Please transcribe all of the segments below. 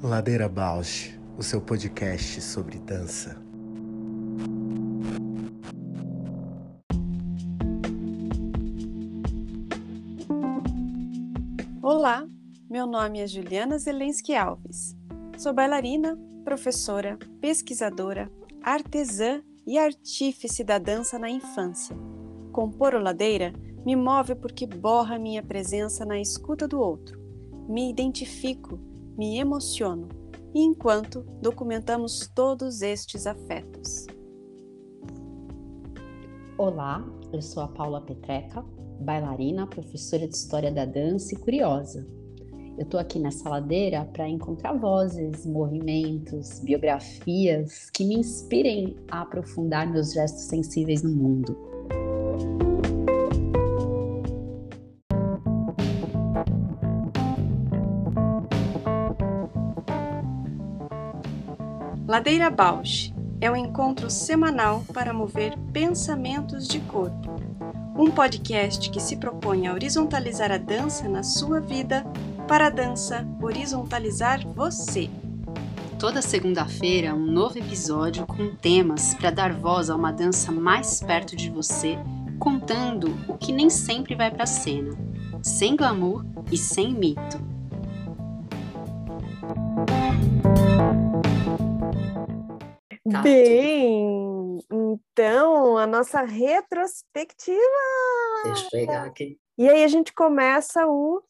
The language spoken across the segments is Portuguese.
Ladeira Bausch, o seu podcast sobre dança. Olá, meu nome é Juliana Zelensky Alves. Sou bailarina, professora, pesquisadora, artesã e artífice da dança na infância. Compor o Ladeira me move porque borra minha presença na escuta do outro. Me identifico, me emociono, e enquanto documentamos todos estes afetos. Olá, eu sou a Paula Petreca, bailarina, professora de História da Dança e curiosa. Eu estou aqui nessa ladeira para encontrar vozes, movimentos, biografias que me inspirem a aprofundar meus gestos sensíveis no mundo. Ladeira Bausch é um encontro semanal para mover pensamentos de corpo. Um podcast que se propõe a horizontalizar a dança na sua vida, para a dança horizontalizar você. Toda segunda-feira, um novo episódio com temas para dar voz a uma dança mais perto de você, contando o que nem sempre vai para a cena, sem glamour e sem mito. Bem, então a nossa retrospectiva. Deixa eu pegar aqui. E aí a gente começa o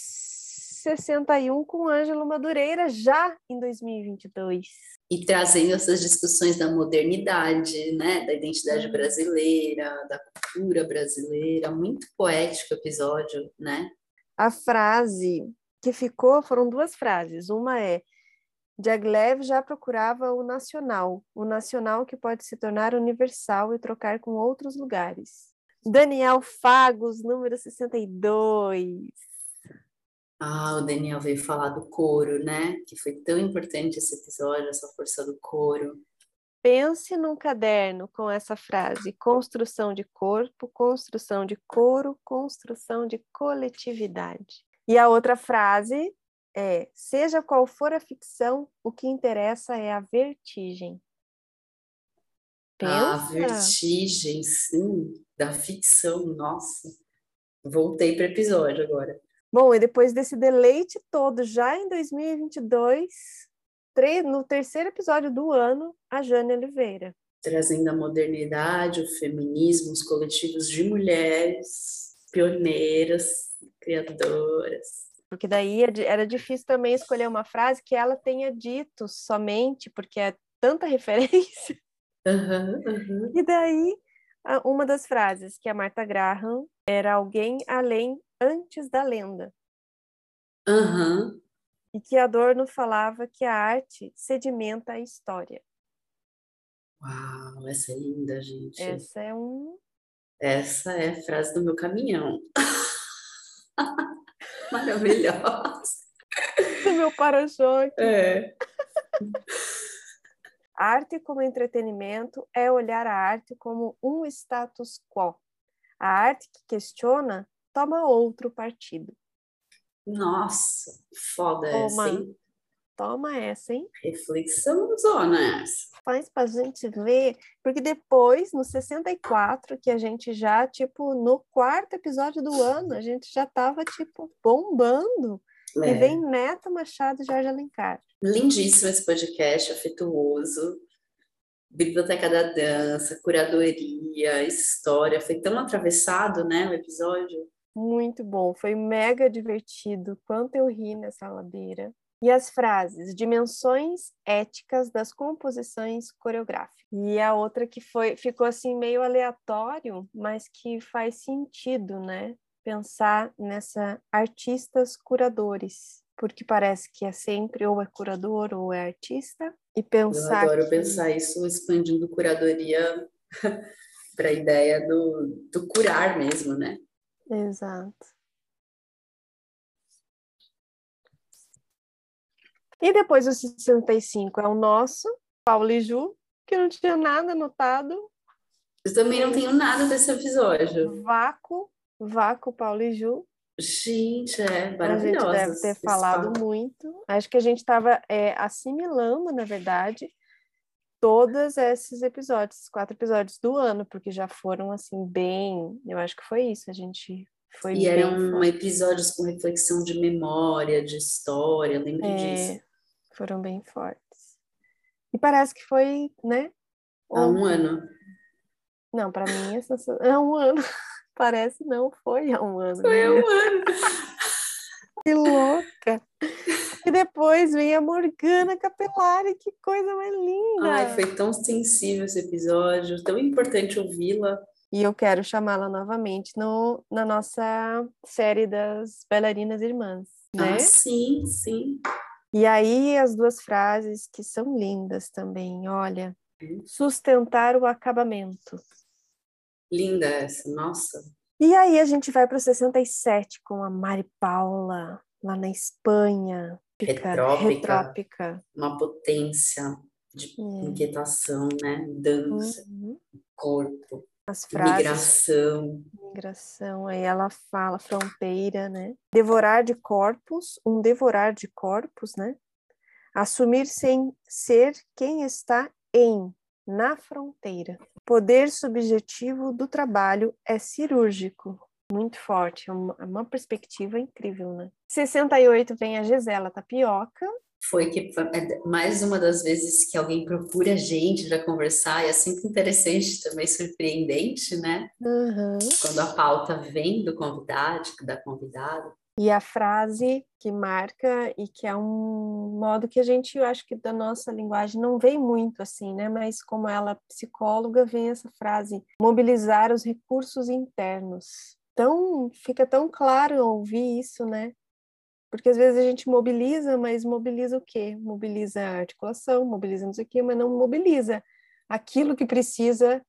61 com Ângelo Madureira, já em 2022. E trazendo essas discussões da modernidade, né, da identidade brasileira, da cultura brasileira, muito poético o episódio, né? A frase que ficou, foram duas frases. Uma é: Diaghilev já procurava o nacional que pode se tornar universal e trocar com outros lugares. Daniel Fagos, número 62. Ah, o Daniel veio falar do coro, né? Que foi tão importante esse episódio, essa força do coro. Pense num caderno com essa frase: construção de corpo, construção de coro, construção de coletividade. E a outra frase é: seja qual for a ficção, o que interessa é a vertigem. Pensa. A vertigem, sim, da ficção, nossa. Voltei para o episódio agora. Bom, e depois desse deleite todo, já em 2022, no terceiro episódio do ano, a Jane Oliveira. Trazendo a modernidade, o feminismo, os coletivos de mulheres, pioneiras, criadoras. Porque daí era difícil também escolher uma frase que ela tenha dito somente, porque é tanta referência. E daí, uma das frases que a Martha Graham era alguém além antes da lenda. E que Adorno falava que a arte sedimenta a história. Uau, essa é linda, gente. Essa é a frase do meu caminhão. Maravilhosa. Do meu para-choque. É. Arte como entretenimento é olhar a arte como um status quo. A arte que questiona toma outro partido. Nossa, foda essa, hein? Toma essa, hein? Reflexão zona essa. Faz pra gente ver, porque depois, no 64, que a gente já, no quarto episódio do ano, a gente já tava, bombando. E vem Neto Machado e Jorge Alencar. Lindíssimo esse podcast, afetuoso. Biblioteca da Dança, curadoria, história. Foi tão atravessado, né, o episódio. Muito bom, foi mega divertido. Quanto eu ri nessa ladeira. E as frases: dimensões éticas das composições coreográficas. E a outra que ficou assim meio aleatório, mas que faz sentido, né? Pensar nessa artistas curadores, porque parece que é sempre ou é curador ou é artista. E pensar eu adoro pensar isso expandindo curadoria para a ideia do curar mesmo, né? Exato. E depois o 65 é o nosso, Paulo e Ju, que não tinha nada anotado. Eu também não tenho nada desse episódio. Vácuo, Paulo e Ju. Gente, é A gente deve ter maravilhosa esse falado papo. muito. Acho que a gente estava assimilando, na verdade, todos esses episódios, 4 episódios do ano, porque já foram assim bem. Eu acho que foi isso. A gente foi E bem eram forte. episódios com reflexão de memória, de história, eu lembro disso. Foram bem fortes. E parece que foi, né? Há um Ontem. ano. Não, para mim é um ano. Parece não, foi há um ano, Foi há menina. um ano. Que louca! E depois vem a Morgana Capelari, que coisa mais Ai, linda! foi tão sensível esse episódio, tão importante ouvi-la. E eu quero chamá-la novamente na nossa série das bailarinas irmãs, Ah, né? sim, sim. E aí as duas frases que são lindas também, olha. Sustentar o acabamento. Linda essa, nossa. E aí a gente vai para o 67 com a Mari Paula, lá na Espanha. Fica Retrópica, retrópica. uma potência de inquietação, né? Dança, Uhum. corpo, As frases, migração. migração, aí ela fala fronteira, né? Devorar de corpos, um devorar de corpos, né? Assumir sem ser quem está na fronteira. Poder subjetivo do trabalho é cirúrgico. Muito forte, é uma perspectiva incrível, né? 68 vem a Gisela Tapioca. Foi que mais uma das vezes que alguém procura a gente para conversar, e é sempre interessante, também surpreendente, né? Uhum. Quando a pauta vem do convidado, da convidada. E a frase que marca e que é um modo que a gente, eu acho que da nossa linguagem não vem muito assim, né? Mas como ela, psicóloga, vem essa frase, mobilizar os recursos internos. Então, fica tão claro ouvir isso, né? Porque às vezes a gente mobiliza, mas mobiliza o quê? Mobiliza a articulação, mobiliza não sei o quê, mas não mobiliza aquilo que precisa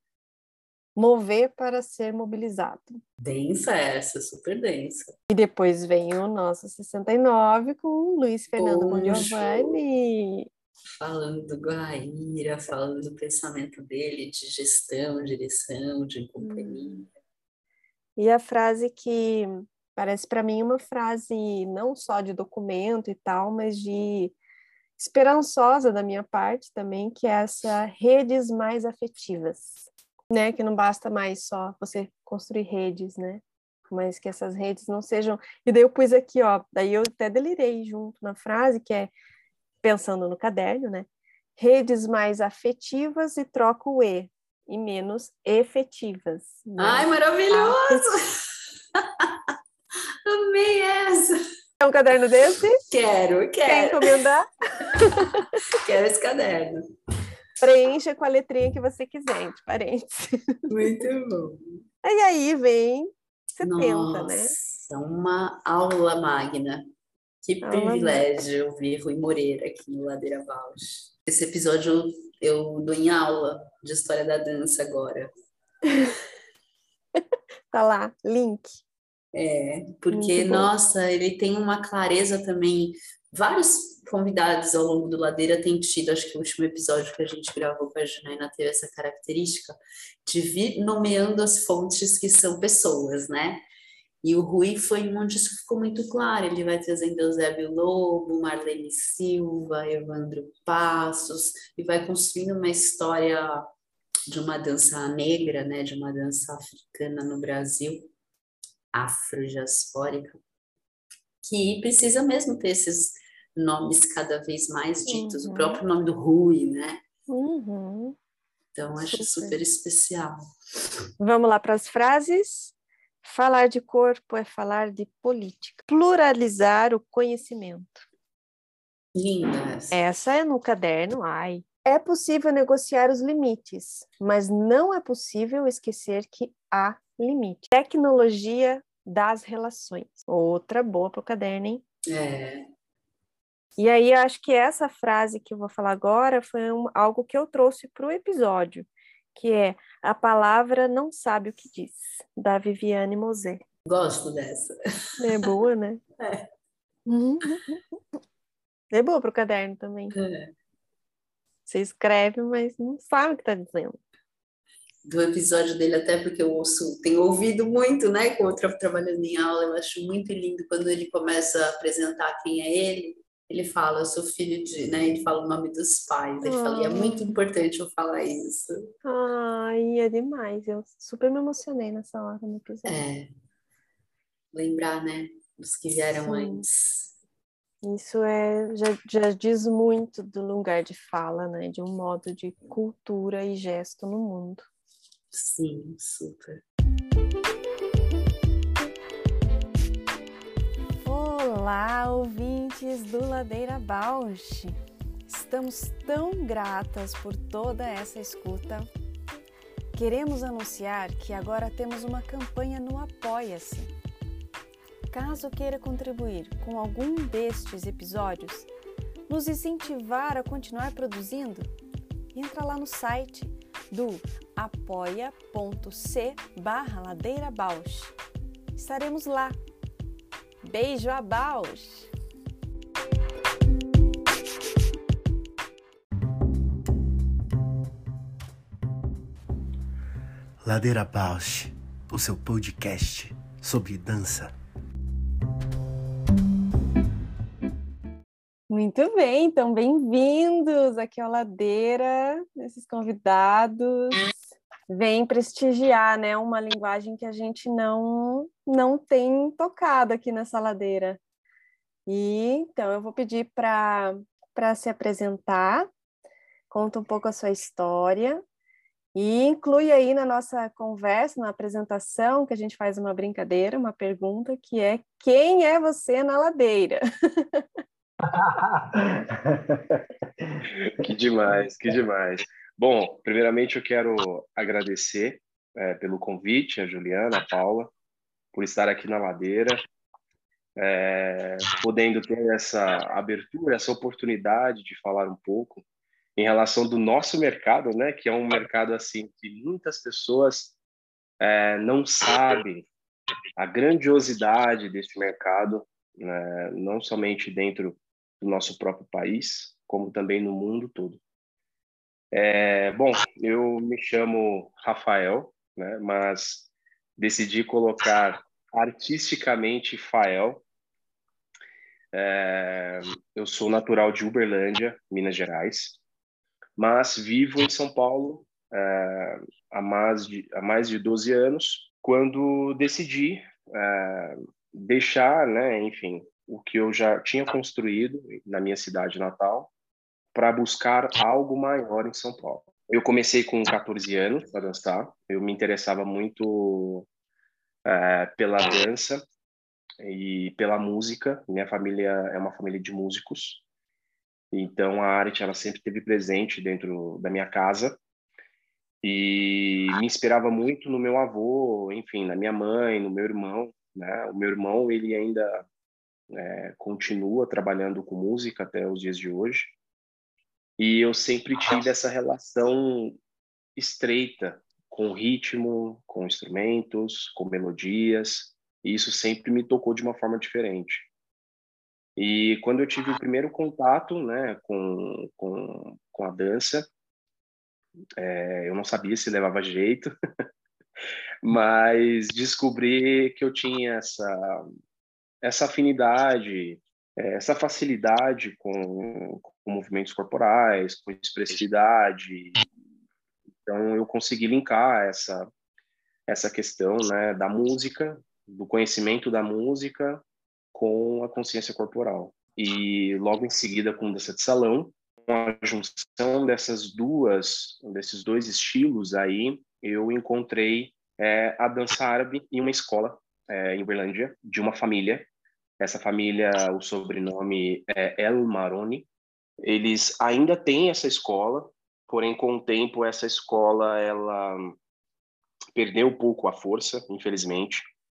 mover para ser mobilizado. Densa essa, super densa. E depois vem o nosso 69 com o Luiz Fernando Poncho, Bongiovanni. falando do Guaíra, falando do pensamento dele, de gestão, direção, de companhia. E a frase que parece para mim uma frase não só de documento e tal, mas de esperançosa da minha parte também, que é essa redes mais afetivas, né? Que não basta mais só você construir redes, né? Mas que essas redes não sejam... E daí eu pus aqui, ó, daí eu até delirei junto na frase, que é, pensando no caderno, né? Redes mais afetivas e troca o e menos efetivas, Ai, né? maravilhoso! Amei essa! É um caderno desse? Quero, Quer quero. encomendar? Quero esse caderno. Preencha com a letrinha que você quiser, entre parênteses. Muito bom. E aí vem 70, né? Nossa, uma aula magna. Que Aula privilégio ouvir Rui Moreira aqui no Ladeira Bausch. Esse episódio eu dou em aula de história da dança agora. tá lá, link. Porque, Muito bom. nossa, ele tem uma clareza também. Vários convidados ao longo do Ladeira têm tido, acho que o último episódio que a gente gravou com a Janaína teve essa característica de vir nomeando as fontes que são pessoas, né? E o Rui foi onde isso ficou muito claro. Ele vai trazendo Eusébio Lobo, Marlene Silva, Evandro Passos, e vai construindo uma história de uma dança negra, né? De uma dança africana no Brasil, afrodiaspórica, que precisa mesmo ter esses nomes cada vez mais ditos, o próprio nome do Rui, né? Uhum. Então, acho super especial. Vamos lá para as frases. Falar de corpo é falar de política. Pluralizar o conhecimento. Linda essa. Essa é no caderno, ai. É possível negociar os limites, mas não é possível esquecer que há limite. Tecnologia das relações. Outra boa para o caderno, hein? E aí, acho que essa frase que eu vou falar agora foi algo que eu trouxe para o episódio, que é a palavra não sabe o que diz, da Viviane Mosé. Gosto dessa. É boa, né? É boa para o caderno também. Você escreve, mas não sabe o que está dizendo. do episódio dele, até porque eu tenho ouvido muito, né, com outra trabalhando em aula, eu acho muito lindo quando ele começa a apresentar quem é ele fala, eu sou filho de, né, ele fala o nome dos pais, ele fala, e é muito importante eu falar isso. Ai, é demais. Eu super me emocionei nessa hora no episódio. Lembrar, né, dos que vieram Sim. antes. Isso já diz muito do lugar de fala, né? De um modo de cultura e gesto no mundo. Sim, super. Olá, ouvintes do Ladeira Bausch! Estamos tão gratas por toda essa escuta. Queremos anunciar que agora temos uma campanha no Apoia-se. Caso queira contribuir com algum destes episódios, nos incentivar a continuar produzindo, entra lá no site do apoia.c/ladeirabausch. Estaremos lá. Beijo a Bausch! Ladeira Bausch, o seu podcast sobre dança. Muito bem, então bem-vindos aqui ao Ladeira, esses convidados. Vem prestigiar, né, uma linguagem que a gente não tem tocado aqui nessa ladeira. E então eu vou pedir para se apresentar, conta um pouco a sua história e inclui aí na nossa conversa, na apresentação, que a gente faz uma brincadeira, uma pergunta, que é: quem é você na ladeira? Que demais, que demais. Bom, primeiramente eu quero agradecer pelo convite, a Juliana, a Paula, por estar aqui na Ladeira, podendo ter essa abertura, essa oportunidade de falar um pouco em relação do nosso mercado, né, que é um mercado assim que muitas pessoas não sabem a grandiosidade deste mercado, né, não somente dentro do nosso próprio país, como também no mundo todo. Bom, eu me chamo Rafael, né, mas decidi colocar artisticamente Fael. Eu sou natural de Uberlândia, Minas Gerais, mas vivo em São Paulo há mais de 12 anos, quando decidi deixar, né, enfim, o que eu já tinha construído na minha cidade natal para buscar algo maior em São Paulo. Eu comecei com 14 anos a dançar. Eu me interessava muito pela dança e pela música. Minha família é uma família de músicos, então a arte ela sempre esteve presente dentro da minha casa e me inspirava muito no meu avô, enfim, na minha mãe, no meu irmão, né? O meu irmão ele ainda continua trabalhando com música até os dias de hoje. E eu sempre tive essa relação estreita com ritmo, com instrumentos, com melodias, e isso sempre me tocou de uma forma diferente. E quando eu tive o primeiro contato, né, com a dança, eu não sabia se levava jeito, mas descobri que eu tinha essa afinidade, essa facilidade com movimentos corporais, com expressividade. Então, eu consegui linkar essa questão, né, da música, do conhecimento da música com a consciência corporal. E logo em seguida, com dança de salão, com a junção desses dois estilos aí, eu encontrei a dança árabe em uma escola em Uberlândia, de uma família. Essa família, o sobrenome é El Maroni. Eles ainda têm essa escola, porém, com o tempo, essa escola ela perdeu um pouco a força, infelizmente.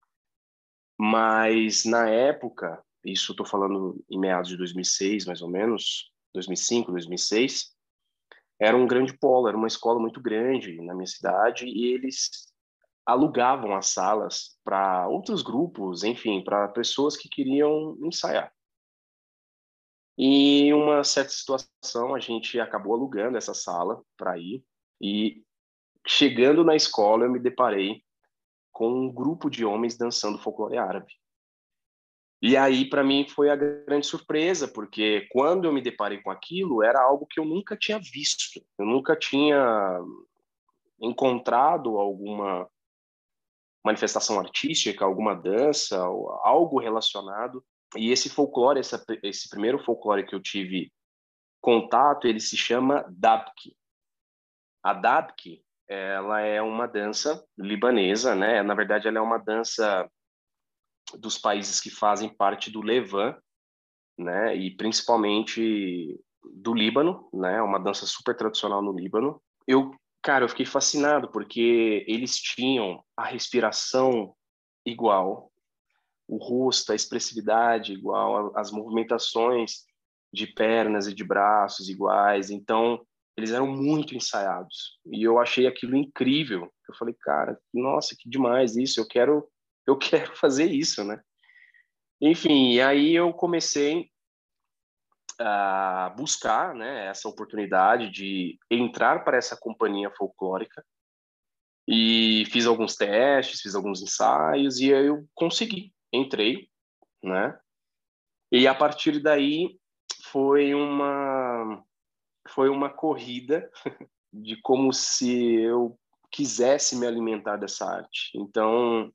Mas, na época, isso estou falando em meados de 2006, mais ou menos, 2005, 2006, era um grande polo, era uma escola muito grande na minha cidade, e eles alugavam as salas para outros grupos, enfim, para pessoas que queriam ensaiar. E em uma certa situação, a gente acabou alugando essa sala para ir. E chegando na escola, eu me deparei com um grupo de homens dançando folclore árabe. E aí, para mim, foi a grande surpresa, porque quando eu me deparei com aquilo, era algo que eu nunca tinha visto. Eu nunca tinha encontrado alguma manifestação artística, alguma dança, algo relacionado. E esse folclore, esse primeiro folclore que eu tive contato, ele se chama Dabki. A Dabki, ela é uma dança libanesa, né? Na verdade, ela é uma dança dos países que fazem parte do Levant, né? E principalmente do Líbano, né? Uma dança super tradicional no Líbano. Cara, eu fiquei fascinado porque eles tinham a respiração igual, o rosto, a expressividade igual, as movimentações de pernas e de braços iguais. Então, eles eram muito ensaiados. E eu achei aquilo incrível. Eu falei, cara, nossa, que demais isso. Eu quero fazer isso, né? Enfim, e aí eu comecei a buscar, né, essa oportunidade de entrar para essa companhia folclórica e fiz alguns testes, fiz alguns ensaios e aí eu consegui, entrei, né? E a partir daí foi uma foi uma corrida de como se eu quisesse me alimentar dessa arte. Então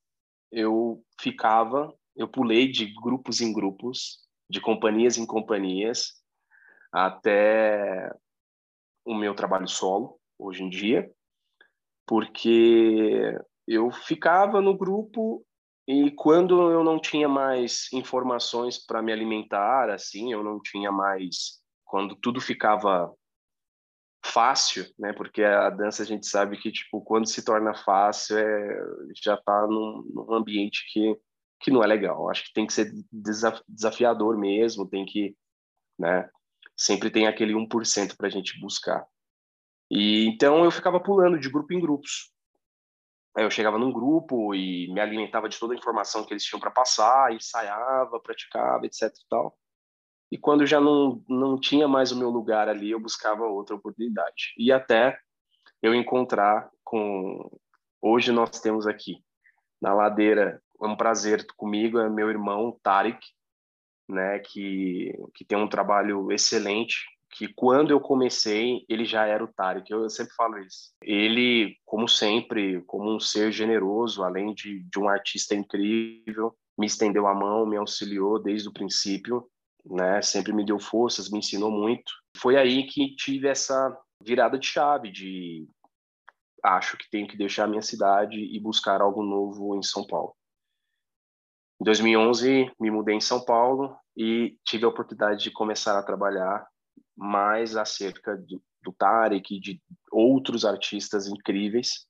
eu pulei de grupos em grupos, de companhias em companhias, até o meu trabalho solo, hoje em dia, porque eu ficava no grupo e quando eu não tinha mais informações para me alimentar, assim, eu não tinha mais, quando tudo ficava fácil, né? Porque a dança a gente sabe que tipo quando se torna fácil já está num ambiente que não é legal. Acho que tem que ser desafiador mesmo, tem que, né? Sempre tem aquele 1% para a gente buscar. E então eu ficava pulando de grupo em grupos. Aí eu chegava num grupo e me alimentava de toda a informação que eles tinham para passar, ensaiava, praticava, etc e tal. E quando já não tinha mais o meu lugar ali, eu buscava outra oportunidade. E até eu encontrar com... Hoje nós temos aqui, na Ladeira, é um prazer comigo, é meu irmão, Tarek, né, que tem um trabalho excelente, que quando eu comecei, ele já era o Tarek, eu sempre falo isso. Ele, como sempre, como um ser generoso, além de um artista incrível, me estendeu a mão, me auxiliou desde o princípio, né, sempre me deu forças, me ensinou muito. Foi aí que tive essa virada de chave de acho que tenho que deixar a minha cidade e buscar algo novo em São Paulo. Em 2011, me mudei em São Paulo e tive a oportunidade de começar a trabalhar mais acerca do Tarek e de outros artistas incríveis.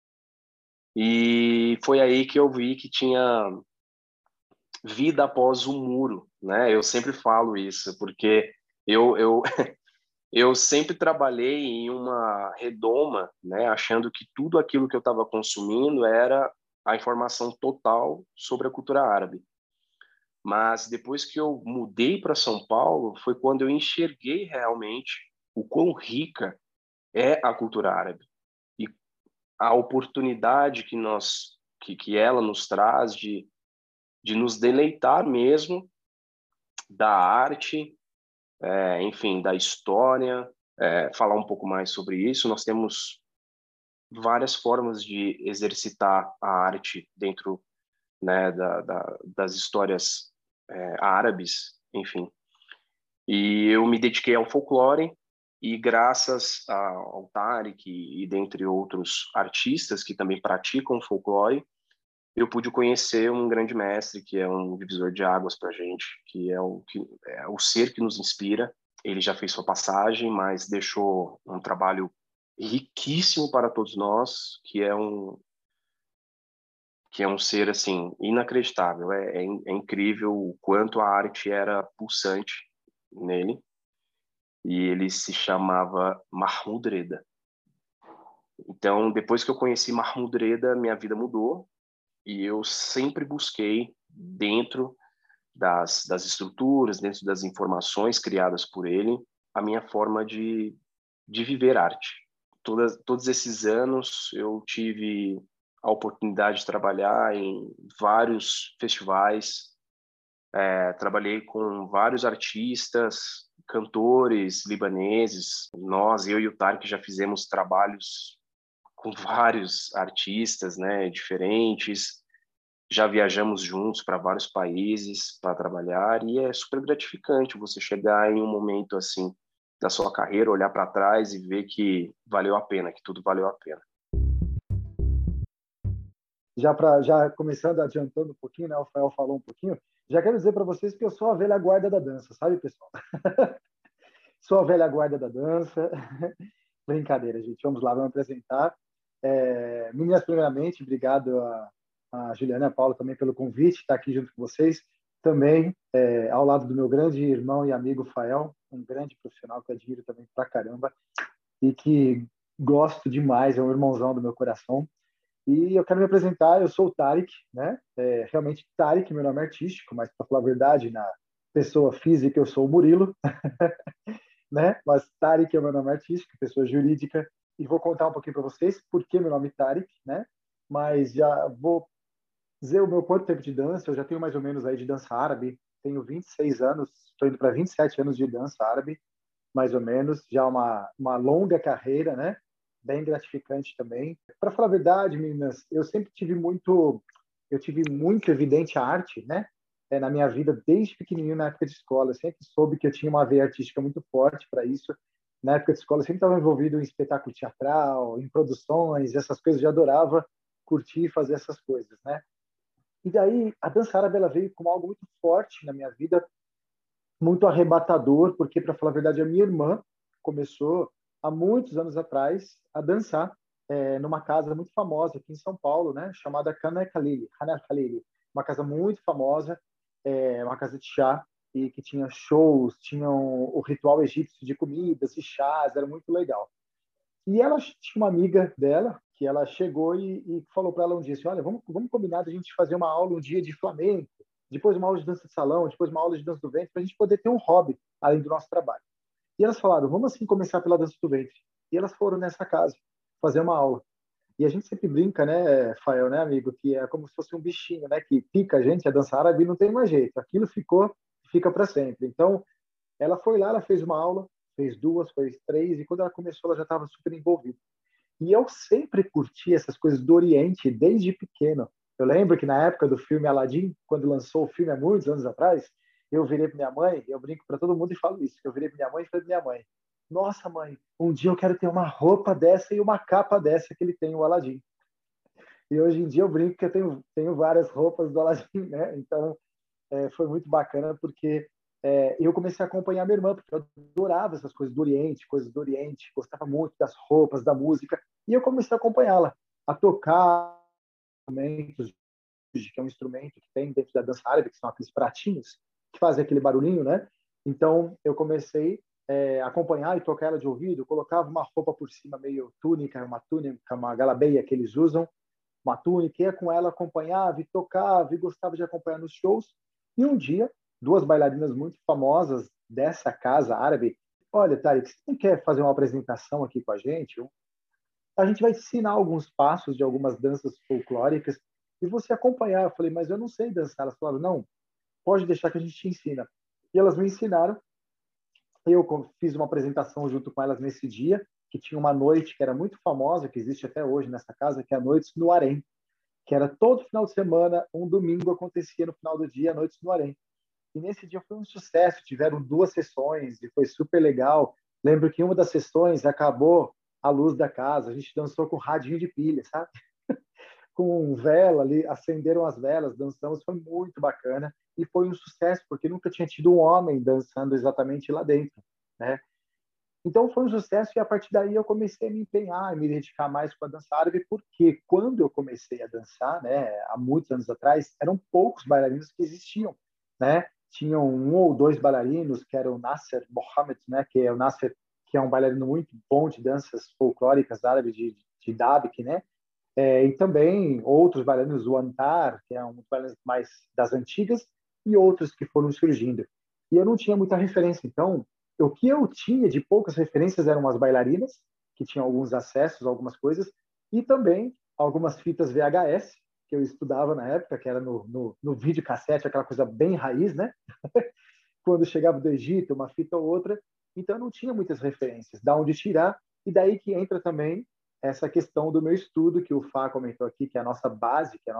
E foi aí que eu vi que tinha vida após o muro, né? Eu sempre falo isso, porque eu eu sempre trabalhei em uma redoma, né, achando que tudo aquilo que eu estava consumindo era a informação total sobre a cultura árabe. Mas depois que eu mudei para São Paulo, foi quando eu enxerguei realmente o quão rica é a cultura árabe e a oportunidade que ela nos traz de nos deleitar mesmo da arte, enfim, da história, falar um pouco mais sobre isso. Nós temos várias formas de exercitar a arte dentro, né, das histórias árabes, enfim. E eu me dediquei ao folclore e graças ao Tarek e dentre outros artistas que também praticam folclore, eu pude conhecer um grande mestre que é um divisor de águas para a gente, que é o ser que nos inspira. Ele já fez sua passagem, mas deixou um trabalho riquíssimo para todos nós, que é um ser assim inacreditável. É incrível o quanto a arte era pulsante nele. E ele se chamava Mahmoud Reda. Então, depois que eu conheci Mahmoud Reda, minha vida mudou e eu sempre busquei dentro das estruturas, dentro das informações criadas por ele, a minha forma de viver arte. Todos esses anos eu tive a oportunidade de trabalhar em vários festivais, trabalhei com vários artistas, cantores libaneses. Eu e o Tarek já fizemos trabalhos com vários artistas, né, diferentes. Já viajamos juntos para vários países para trabalhar e é super gratificante você chegar em um momento assim da sua carreira, olhar para trás e ver que valeu a pena, que tudo valeu a pena. Já começando, adiantando um pouquinho, né? O Rafael falou um pouquinho. Já quero dizer para vocês que eu sou a velha guarda da dança, sabe, pessoal? Sou a velha guarda da dança. Brincadeira, gente. Vamos lá, vamos apresentar. Meninas, primeiramente, obrigado a Juliana e a Paula também pelo convite, estar aqui junto com vocês. Também, ao lado do meu grande irmão e amigo Fael, um grande profissional que eu admiro também pra caramba e que gosto demais, é um irmãozão do meu coração. E eu quero me apresentar, eu sou o Tarek, né? Realmente Tarek, meu nome é artístico, mas para falar a verdade, na pessoa física eu sou o Murilo, né? Mas Tarek é o meu nome artístico, pessoa jurídica, e vou contar um pouquinho para vocês por que meu nome é Tarek, né? Mas já vou dizer o meu quanto tempo de dança, eu já tenho mais ou menos aí de dança árabe, tenho 26 anos, estou indo para 27 anos de dança árabe, mais ou menos, já uma longa carreira, né? Bem gratificante também. Para falar a verdade, meninas, eu tive muito evidente a arte, né? Na minha vida, desde pequenininho, na época de escola. Eu sempre soube que eu tinha uma veia artística muito forte para isso. Na época de escola, eu sempre estava envolvido em espetáculo teatral, em produções, essas coisas. Eu já adorava curtir e fazer essas coisas, né? E daí, a dança árabe, ela veio como algo muito forte na minha vida, muito arrebatador, porque, para falar a verdade, a minha irmã começou há muitos anos atrás a dançar numa casa muito famosa aqui em São Paulo, né, chamada Khanel Khalili, uma casa muito famosa, uma casa de chá e que tinha shows, tinha o ritual egípcio de comidas e chás, era muito legal. E ela tinha uma amiga dela que ela chegou e falou para ela um dia assim, olha, vamos combinar de a gente fazer uma aula um dia de flamenco, depois uma aula de dança de salão, depois uma aula de dança do ventre, para a gente poder ter um hobby além do nosso trabalho. E elas falaram, vamos assim começar pela dança do ventre. E elas foram nessa casa fazer uma aula. E a gente sempre brinca, né, Fael, né, amigo, que é como se fosse um bichinho, né, que pica a gente, a dança árabe não tem mais jeito. Aquilo fica para sempre. Então, ela foi lá, ela fez uma aula, fez duas, fez três, e quando ela começou, ela já estava super envolvida. E eu sempre curti essas coisas do Oriente, desde pequeno. Eu lembro que na época do filme Aladdin, quando lançou o filme há muitos anos atrás, eu virei para minha mãe, eu brinco para todo mundo e falo isso, eu virei para minha mãe e falei para minha mãe, nossa mãe, um dia eu quero ter uma roupa dessa e uma capa dessa que ele tem, o Aladdin. E hoje em dia eu brinco que eu tenho várias roupas do Aladdin, né? Então, foi muito bacana porque eu comecei a acompanhar minha irmã, porque eu adorava essas coisas do Oriente, gostava muito das roupas, da música, e eu comecei a acompanhá-la, a tocar instrumentos, que é um instrumento que tem dentro da dança árabe, que são aqueles pratinhos que fazem aquele barulhinho, né? Então, eu comecei a acompanhar e tocar ela de ouvido, colocava uma roupa por cima, meio túnica, uma galabeia que eles usam, uma túnica, ia com ela, acompanhava e tocava e gostava de acompanhar nos shows. E um dia, duas bailarinas muito famosas dessa casa árabe, olha, Tarek, você não quer fazer uma apresentação aqui com a gente? A gente vai ensinar alguns passos de algumas danças folclóricas e você acompanhar. Eu falei, mas eu não sei dançar. Elas falaram, não, pode deixar que a gente te ensina. E elas me ensinaram. Eu fiz uma apresentação junto com elas nesse dia, que tinha uma noite que era muito famosa, que existe até hoje nessa casa, que é a Noites no Harém, que era todo final de semana, um domingo acontecia no final do dia, a Noites no Harém. E nesse dia foi um sucesso, tiveram duas sessões e foi super legal. Lembro que uma das sessões acabou a luz da casa, a gente dançou com radinho de pilha, sabe? Com vela ali, acenderam as velas, dançamos, foi muito bacana e foi um sucesso, porque nunca tinha tido um homem dançando exatamente lá dentro, né? Então foi um sucesso e a partir daí eu comecei a me empenhar, a me dedicar mais com a dança árabe, porque quando eu comecei a dançar, né, há muitos anos atrás, eram poucos bailarinos que existiam, né? Tinham um ou dois bailarinos, que era o Nasser Mohammed, né, que é o Nasser, que é um bailarino muito bom de danças folclóricas árabes de Dabik, né? E também outros bailarinos, o Antar, que é um dos bailarinos mais das antigas, e outros que foram surgindo. E eu não tinha muita referência, então o que eu tinha de poucas referências eram as bailarinas que tinham alguns acessos, algumas coisas, e também algumas fitas VHS, que eu estudava na época, que era no videocassete, aquela coisa bem raiz, né? Quando chegava do Egito, uma fita ou outra, então não tinha muitas referências, da onde tirar, e daí que entra também essa questão do meu estudo, que o Fá comentou aqui, que é a nossa base, que é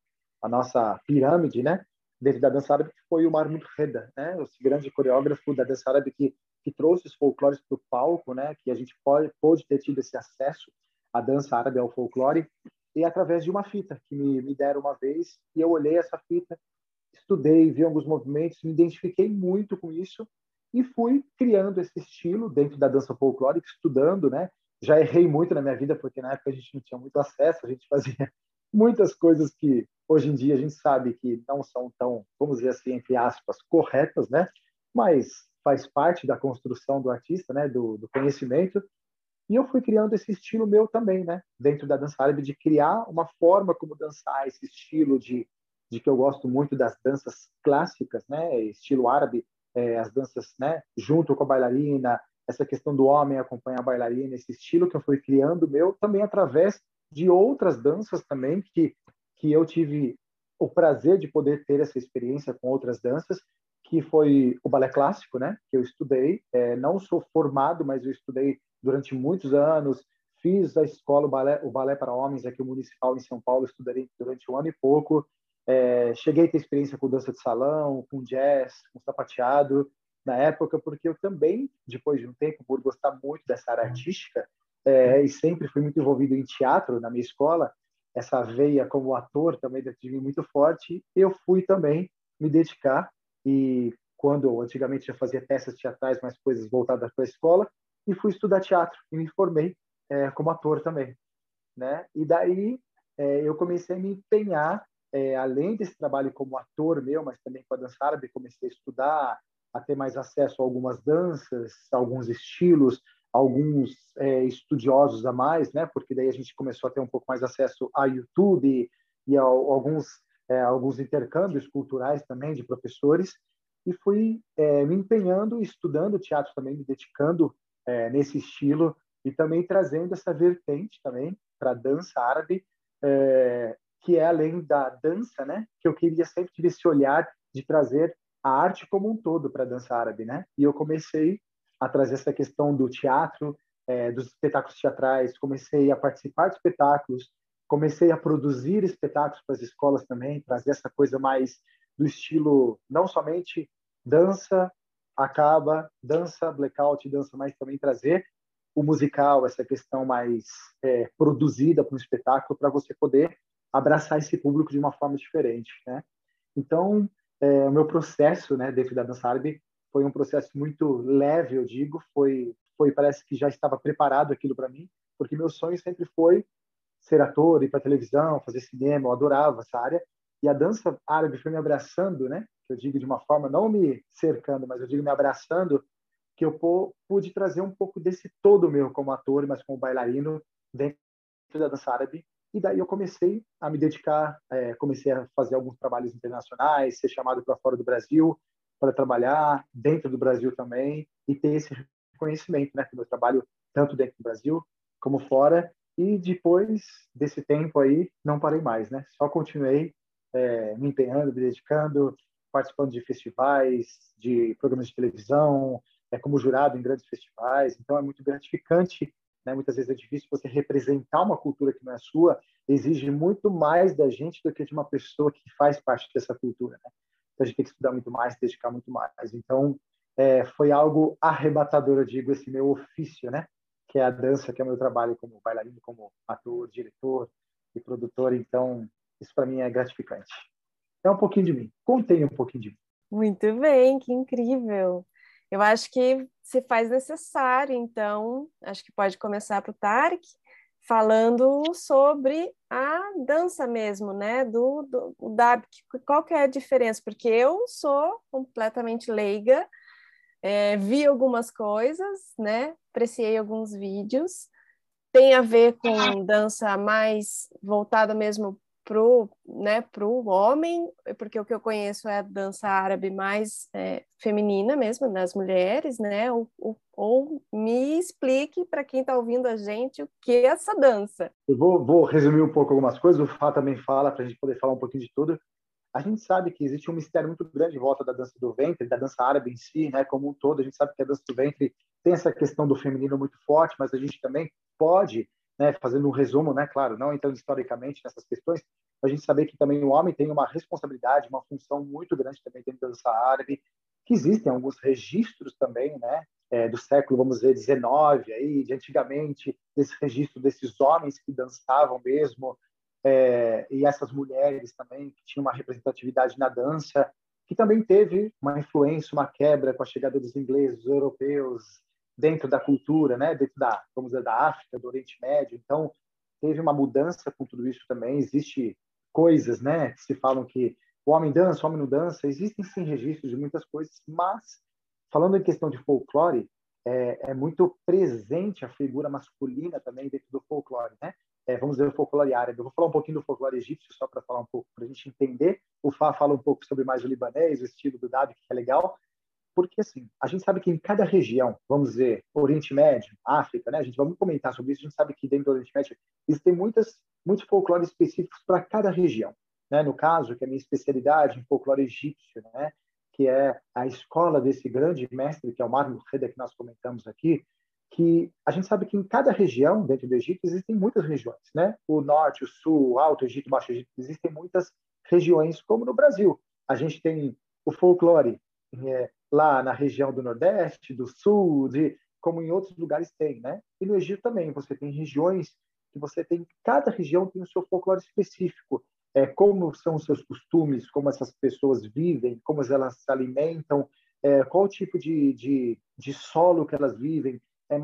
a nossa pirâmide, né? Dentro da dança árabe, que foi o Mahmoud Reda, né? Esse grande coreógrafo da dança árabe que trouxe os folclores para o palco, né? Que a gente pôde ter tido esse acesso à dança árabe, ao folclore, e através de uma fita que me deram uma vez, e eu olhei essa fita, estudei, vi alguns movimentos, me identifiquei muito com isso e fui criando esse estilo dentro da dança folclórica, estudando, né? Já errei muito na minha vida, porque na época a gente não tinha muito acesso, a gente fazia muitas coisas que hoje em dia a gente sabe que não são tão, vamos dizer assim, entre aspas, corretas, né? Mas faz parte da construção do artista, né? Do conhecimento. E eu fui criando esse estilo meu também, né? Dentro da dança árabe, de criar uma forma como dançar, esse estilo de que eu gosto muito das danças clássicas, né? Estilo árabe, as danças, né? Junto com a bailarina, essa questão do homem acompanhar a bailarina, esse estilo que eu fui criando meu, também através de outras danças também que eu tive o prazer de poder ter essa experiência com outras danças, que foi o balé clássico, né? Que eu estudei, não sou formado, mas eu estudei durante muitos anos, fiz a escola o balé para homens aqui o municipal em São Paulo, estudei durante um ano e pouco, cheguei a ter experiência com dança de salão, com jazz, com sapateado na época, porque eu também, depois de um tempo, por gostar muito dessa área artística, e sempre fui muito envolvido em teatro na minha escola, essa veia como ator também tive muito forte, eu fui também me dedicar e quando antigamente já fazia peças teatrais, mais coisas voltadas para a escola, e fui estudar teatro e me formei como ator também, né? E daí eu comecei a me empenhar, além desse trabalho como ator meu, mas também com a dança árabe, comecei a estudar, a ter mais acesso a algumas danças, alguns estilos, alguns estudiosos a mais, né? Porque daí a gente começou a ter um pouco mais acesso a YouTube e a alguns intercâmbios culturais também de professores, e fui me empenhando, estudando teatro também, me dedicando nesse estilo e também trazendo essa vertente também para a dança árabe, que é além da dança, né? Que eu queria sempre ter esse olhar de trazer a arte como um todo para a dança árabe, né? E eu comecei a trazer essa questão do teatro, dos espetáculos teatrais, comecei a participar de espetáculos, comecei a produzir espetáculos para as escolas também, trazer essa coisa mais do estilo, não somente dança, acaba, dança, blackout, dança, mas também trazer o musical, essa questão mais produzida para um espetáculo, para você poder abraçar esse público de uma forma diferente, né? Então, o meu processo, né, dentro da dança árabe foi um processo muito leve, eu digo, parece que já estava preparado aquilo para mim, porque meu sonho sempre foi ser ator, ir para televisão, fazer cinema, eu adorava essa área, e a dança árabe foi me abraçando, né? Que eu digo de uma forma, não me cercando, mas eu digo me abraçando, que eu pude trazer um pouco desse todo meu como ator, mas como bailarino dentro da dança árabe. E daí eu comecei a me dedicar, comecei a fazer alguns trabalhos internacionais, ser chamado para fora do Brasil para trabalhar, dentro do Brasil também, e ter esse reconhecimento, né? Que meu trabalho tanto dentro do Brasil como fora. E depois desse tempo aí, não parei mais, né? Só continuei me empenhando, me dedicando, participando de festivais, de programas de televisão, como jurado em grandes festivais. Então, é muito gratificante, né? Muitas vezes é difícil você representar uma cultura que não é sua, exige muito mais da gente do que de uma pessoa que faz parte dessa cultura, né? Então, a gente tem que estudar muito mais, se dedicar muito mais. Então, foi algo arrebatador, eu digo, esse meu ofício, né? Que é a dança, que é o meu trabalho como bailarino, como ator, diretor e produtor. Então, isso para mim é gratificante. É um pouquinho de mim. Contém um pouquinho de mim. Muito bem, que incrível. Eu acho que se faz necessário, então, acho que pode começar para o Tarek, falando sobre a dança mesmo, né? Do DAB, qual que é a diferença? Porque eu sou completamente leiga, vi algumas coisas, né? Apreciei alguns vídeos, tem a ver com dança mais voltada mesmo pro homem, porque o que eu conheço é a dança árabe mais feminina mesmo, das mulheres, né? Ou me explique para quem está ouvindo a gente o que é essa dança. Eu vou resumir um pouco algumas coisas, o Fá também fala, para a gente poder falar um pouquinho de tudo. A gente sabe que existe um mistério muito grande em volta da dança do ventre, da dança árabe em si, né, como um todo. A gente sabe que a dança do ventre tem essa questão do feminino muito forte, mas a gente também pode, né, fazendo um resumo, né, claro, não entrando historicamente nessas questões, a gente saber que também o homem tem uma responsabilidade, uma função muito grande também dentro da dança árabe, que existem alguns registros também, né, do século, vamos dizer, 19 aí, de antigamente, desse registro desses homens que dançavam mesmo, e essas mulheres também que tinham uma representatividade na dança, que também teve uma influência, uma quebra com a chegada dos ingleses, dos europeus, dentro da cultura, né, dentro da, vamos dizer, da África, do Oriente Médio. Então, teve uma mudança com tudo isso também. Existe coisas, né, que se falam que o homem dança, o homem não dança. Existem sim registros de muitas coisas, mas falando em questão de folclore, é muito presente a figura masculina também dentro do folclore, né? Vamos dizer, o folclore árabe. Eu vou falar um pouquinho do folclore egípcio, só para falar um pouco, para a gente entender. O Fá fala um pouco sobre mais o libanês, o estilo do Dabi, que é legal, porque assim, a gente sabe que em cada região, vamos dizer, Oriente Médio, África, né? A gente vai comentar sobre isso, a gente sabe que dentro do Oriente Médio existem muitos folclores específicos para cada região, né? No caso, que é a minha especialidade em folclore egípcio, né? Que é a escola desse grande mestre, que é o Marmot Reda, que nós comentamos aqui, que a gente sabe que em cada região dentro do Egito existem muitas regiões, né? O norte, o sul, o alto Egito, o baixo Egito, existem muitas regiões, como no Brasil. A gente tem o folclore lá na região do Nordeste, do Sul, como em outros lugares tem, né? E no Egito também, você tem regiões que você tem, cada região tem o seu folclore específico, como são os seus costumes, como essas pessoas vivem, como elas se alimentam, qual o tipo de solo que elas vivem,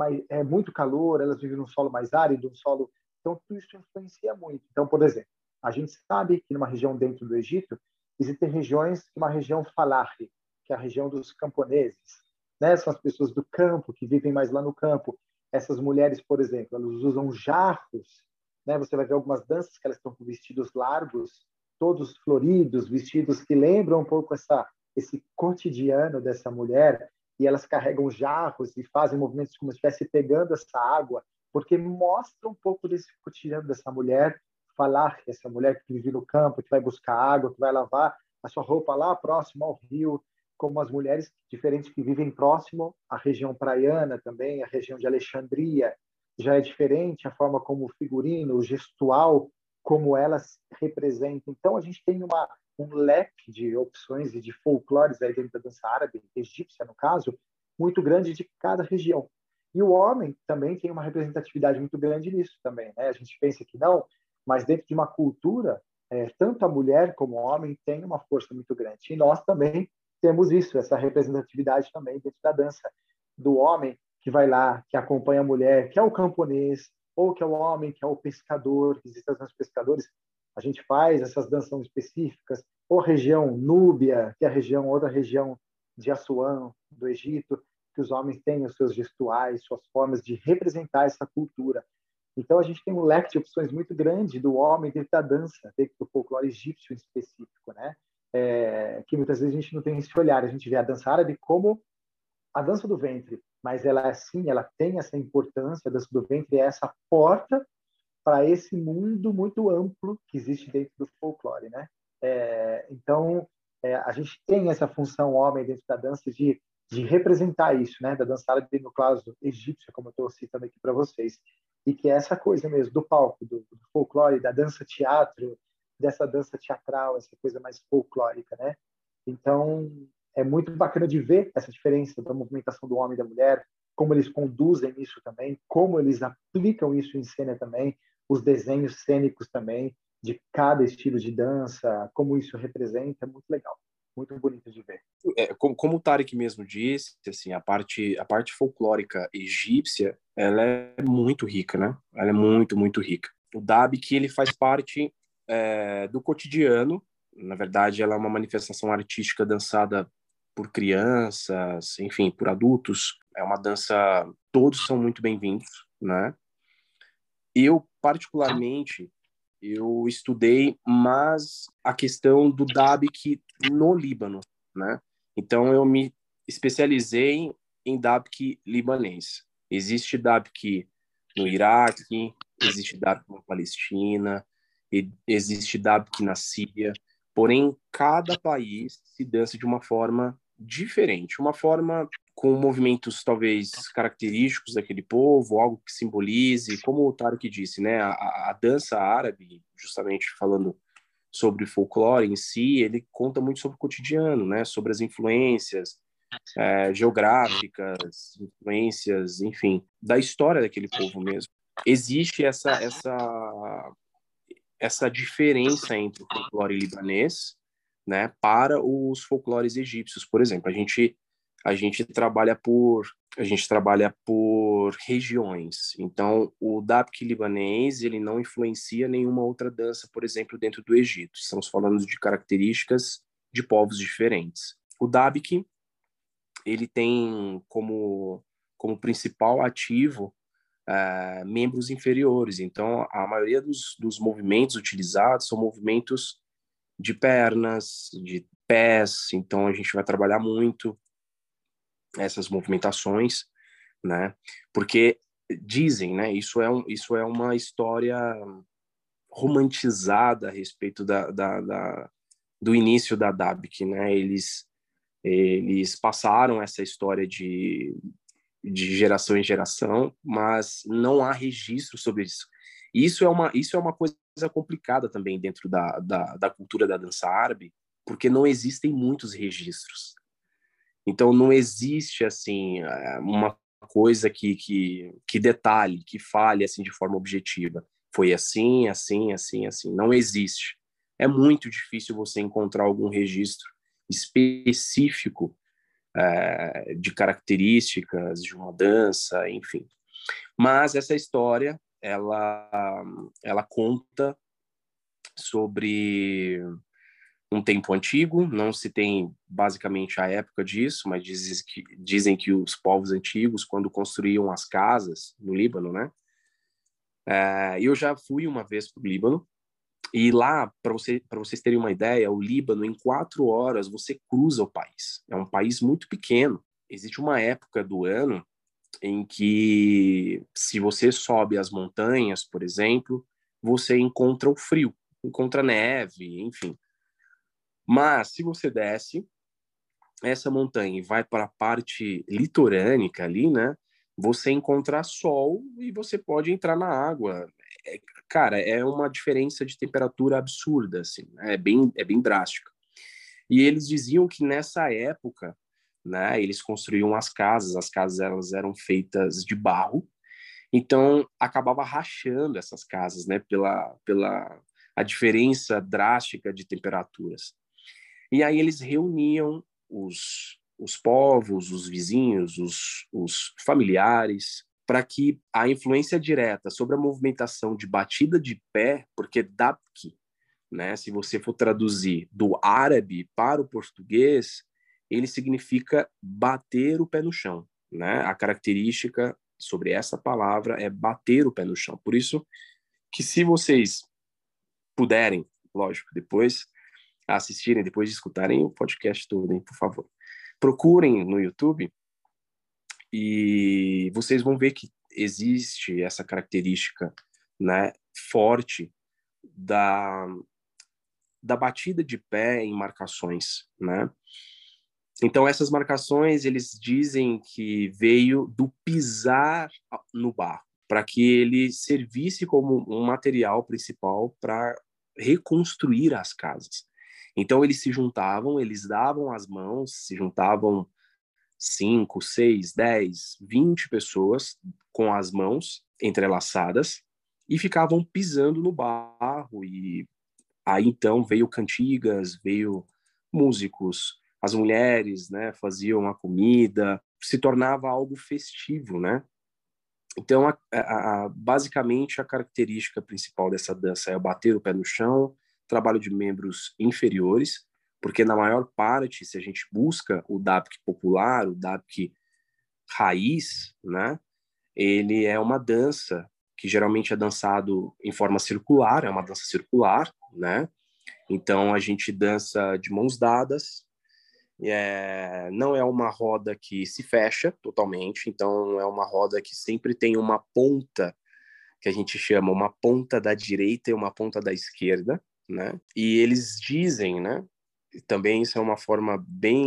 é muito calor, elas vivem num solo mais árido, um solo... Então, tudo isso influencia muito. Então, por exemplo, a gente sabe que numa região dentro do Egito, existem regiões, uma região Falahi, que é a região dos camponeses, né? São as pessoas do campo, que vivem mais lá no campo. Essas mulheres, por exemplo, elas usam jarros, né? Você vai ver algumas danças que elas estão com vestidos largos, todos floridos, vestidos que lembram um pouco esse cotidiano dessa mulher, e elas carregam jarros e fazem movimentos como se estivesse pegando essa água, porque mostra um pouco desse cotidiano dessa mulher, falar que essa mulher que vive no campo, que vai buscar água, que vai lavar a sua roupa lá próximo ao rio, como as mulheres diferentes que vivem próximo à região praiana também, a região de Alexandria, já é diferente a forma como o figurino, o gestual, como elas representam. Então, a gente tem um leque de opções e de folclores aí dentro da dança árabe, egípcia no caso, muito grande de cada região. E o homem também tem uma representatividade muito grande nisso também, né? A gente pensa que não, mas dentro de uma cultura, tanto a mulher como o homem tem uma força muito grande. E nós também temos isso, essa representatividade também dentro da dança, do homem que vai lá, que acompanha a mulher, que é o camponês, ou que é o homem, que é o pescador, que existem os pescadores. A gente faz essas danças específicas, ou a região Núbia, que é outra região de Assuã, do Egito, que os homens têm os seus gestuais, suas formas de representar essa cultura. Então, a gente tem um leque de opções muito grande do homem dentro da dança, dentro do folclore egípcio em específico, né? Que muitas vezes a gente não tem esse olhar. A gente vê a dança árabe como a dança do ventre, mas ela assim, ela tem essa importância. A dança do ventre é essa porta para esse mundo muito amplo que existe dentro do folclore, né? Então, a gente tem essa função homem dentro da dança de representar isso, né? Da dança árabe, no caso egípcia, como eu estou citando aqui para vocês, e que é essa coisa mesmo do palco, do folclore, da dança teatro, dessa dança teatral, essa coisa mais folclórica, né? Então, é muito bacana de ver essa diferença da movimentação do homem e da mulher, como eles conduzem isso também, como eles aplicam isso em cena também, os desenhos cênicos também, de cada estilo de dança, como isso representa, é muito legal, muito bonito de ver. Como o Tarek mesmo disse, assim, a parte folclórica egípcia, ela é muito rica, né? Ela é muito, muito rica. O Dabi, que ele faz parte do cotidiano, na verdade, ela é uma manifestação artística dançada por crianças, enfim, por adultos. É uma dança, todos são muito bem-vindos, né? Eu, particularmente, eu estudei mais a questão do Dabque no Líbano, né? Então, eu me especializei em Dabque libanês. Existe Dabque no Iraque, existe Dabque na Palestina, existe Dabque na Síria. Porém, cada país se dança de uma forma diferente, uma forma com movimentos talvez característicos daquele povo, algo que simbolize, como o Tarek disse, né? A dança árabe, justamente falando sobre folclore em si, ele conta muito sobre o cotidiano, né? Sobre as influências geográficas, influências, enfim, da história daquele povo mesmo. Existe essa diferença entre o folclore libanês, né, para os folclores egípcios, por exemplo. A gente trabalha por regiões. Então, o Dabque libanês, ele não influencia nenhuma outra dança, por exemplo, dentro do Egito. Estamos falando de características de povos diferentes. O Dabque, ele tem como principal ativo membros inferiores. Então, a maioria dos movimentos utilizados são movimentos de pernas, de pés. Então, a gente vai trabalhar muito essas movimentações, né? Porque dizem, né? Isso é uma história romantizada a respeito do início da Dabque, né? Eles passaram essa história de geração em geração, mas não há registro sobre isso. Isso é uma coisa complicada também dentro da cultura da dança árabe, porque não existem muitos registros. Então, não existe, assim, uma coisa que detalhe, que fale, assim, de forma objetiva. Foi assim, assim, assim, assim. Não existe. É muito difícil você encontrar algum registro específico de características de uma dança, enfim. Mas essa história, ela conta sobre um tempo antigo, não se tem basicamente a época disso, mas dizem que os povos antigos, quando construíam as casas no Líbano, né? Eu já fui uma vez para o Líbano, e lá, para vocês terem uma ideia, o Líbano, em 4 horas, você cruza o país. É um país muito pequeno. Existe uma época do ano em que, se você sobe as montanhas, por exemplo, você encontra o frio, encontra neve, enfim. Mas, se você desce essa montanha e vai para a parte litorânea ali, né? Você encontra sol e você pode entrar na água. Cara, é uma diferença de temperatura absurda, assim, né? É bem drástica. E eles diziam que nessa época, né, eles construíam as casas elas eram feitas de barro, então acabava rachando essas casas, né, pela a diferença drástica de temperaturas. E aí eles reuniam os povos, os vizinhos, os familiares, para que a influência direta sobre a movimentação de batida de pé, porque Dabke, né, se você for traduzir do árabe para o português, ele significa bater o pé no chão, né? A característica sobre essa palavra é bater o pé no chão. Por isso que, se vocês puderem, lógico, depois assistirem, depois de escutarem o podcast todo, hein, por favor, procurem no YouTube e vocês vão ver que existe essa característica, né, forte da batida de pé em marcações, né? Então, essas marcações, eles dizem que veio do pisar no barro, para que ele servisse como um material principal para reconstruir as casas. Então, eles se juntavam, eles davam as mãos, se juntavam 5, 6, 10, 20 pessoas com as mãos entrelaçadas e ficavam pisando no barro. E aí, então, veio cantigas, veio músicos, as mulheres, né, faziam a comida, se tornava algo festivo, né? Então, basicamente, a característica principal dessa dança é o bater o pé no chão, trabalho de membros inferiores, porque na maior parte, se a gente busca o Dabque popular, o Dabque raiz, né, ele é uma dança que geralmente é dançado em forma circular, é uma dança circular, né? Então a gente dança de mãos dadas, não é uma roda que se fecha totalmente, então é uma roda que sempre tem uma ponta, que a gente chama uma ponta da direita e uma ponta da esquerda, né? E eles dizem, né? Também isso é uma forma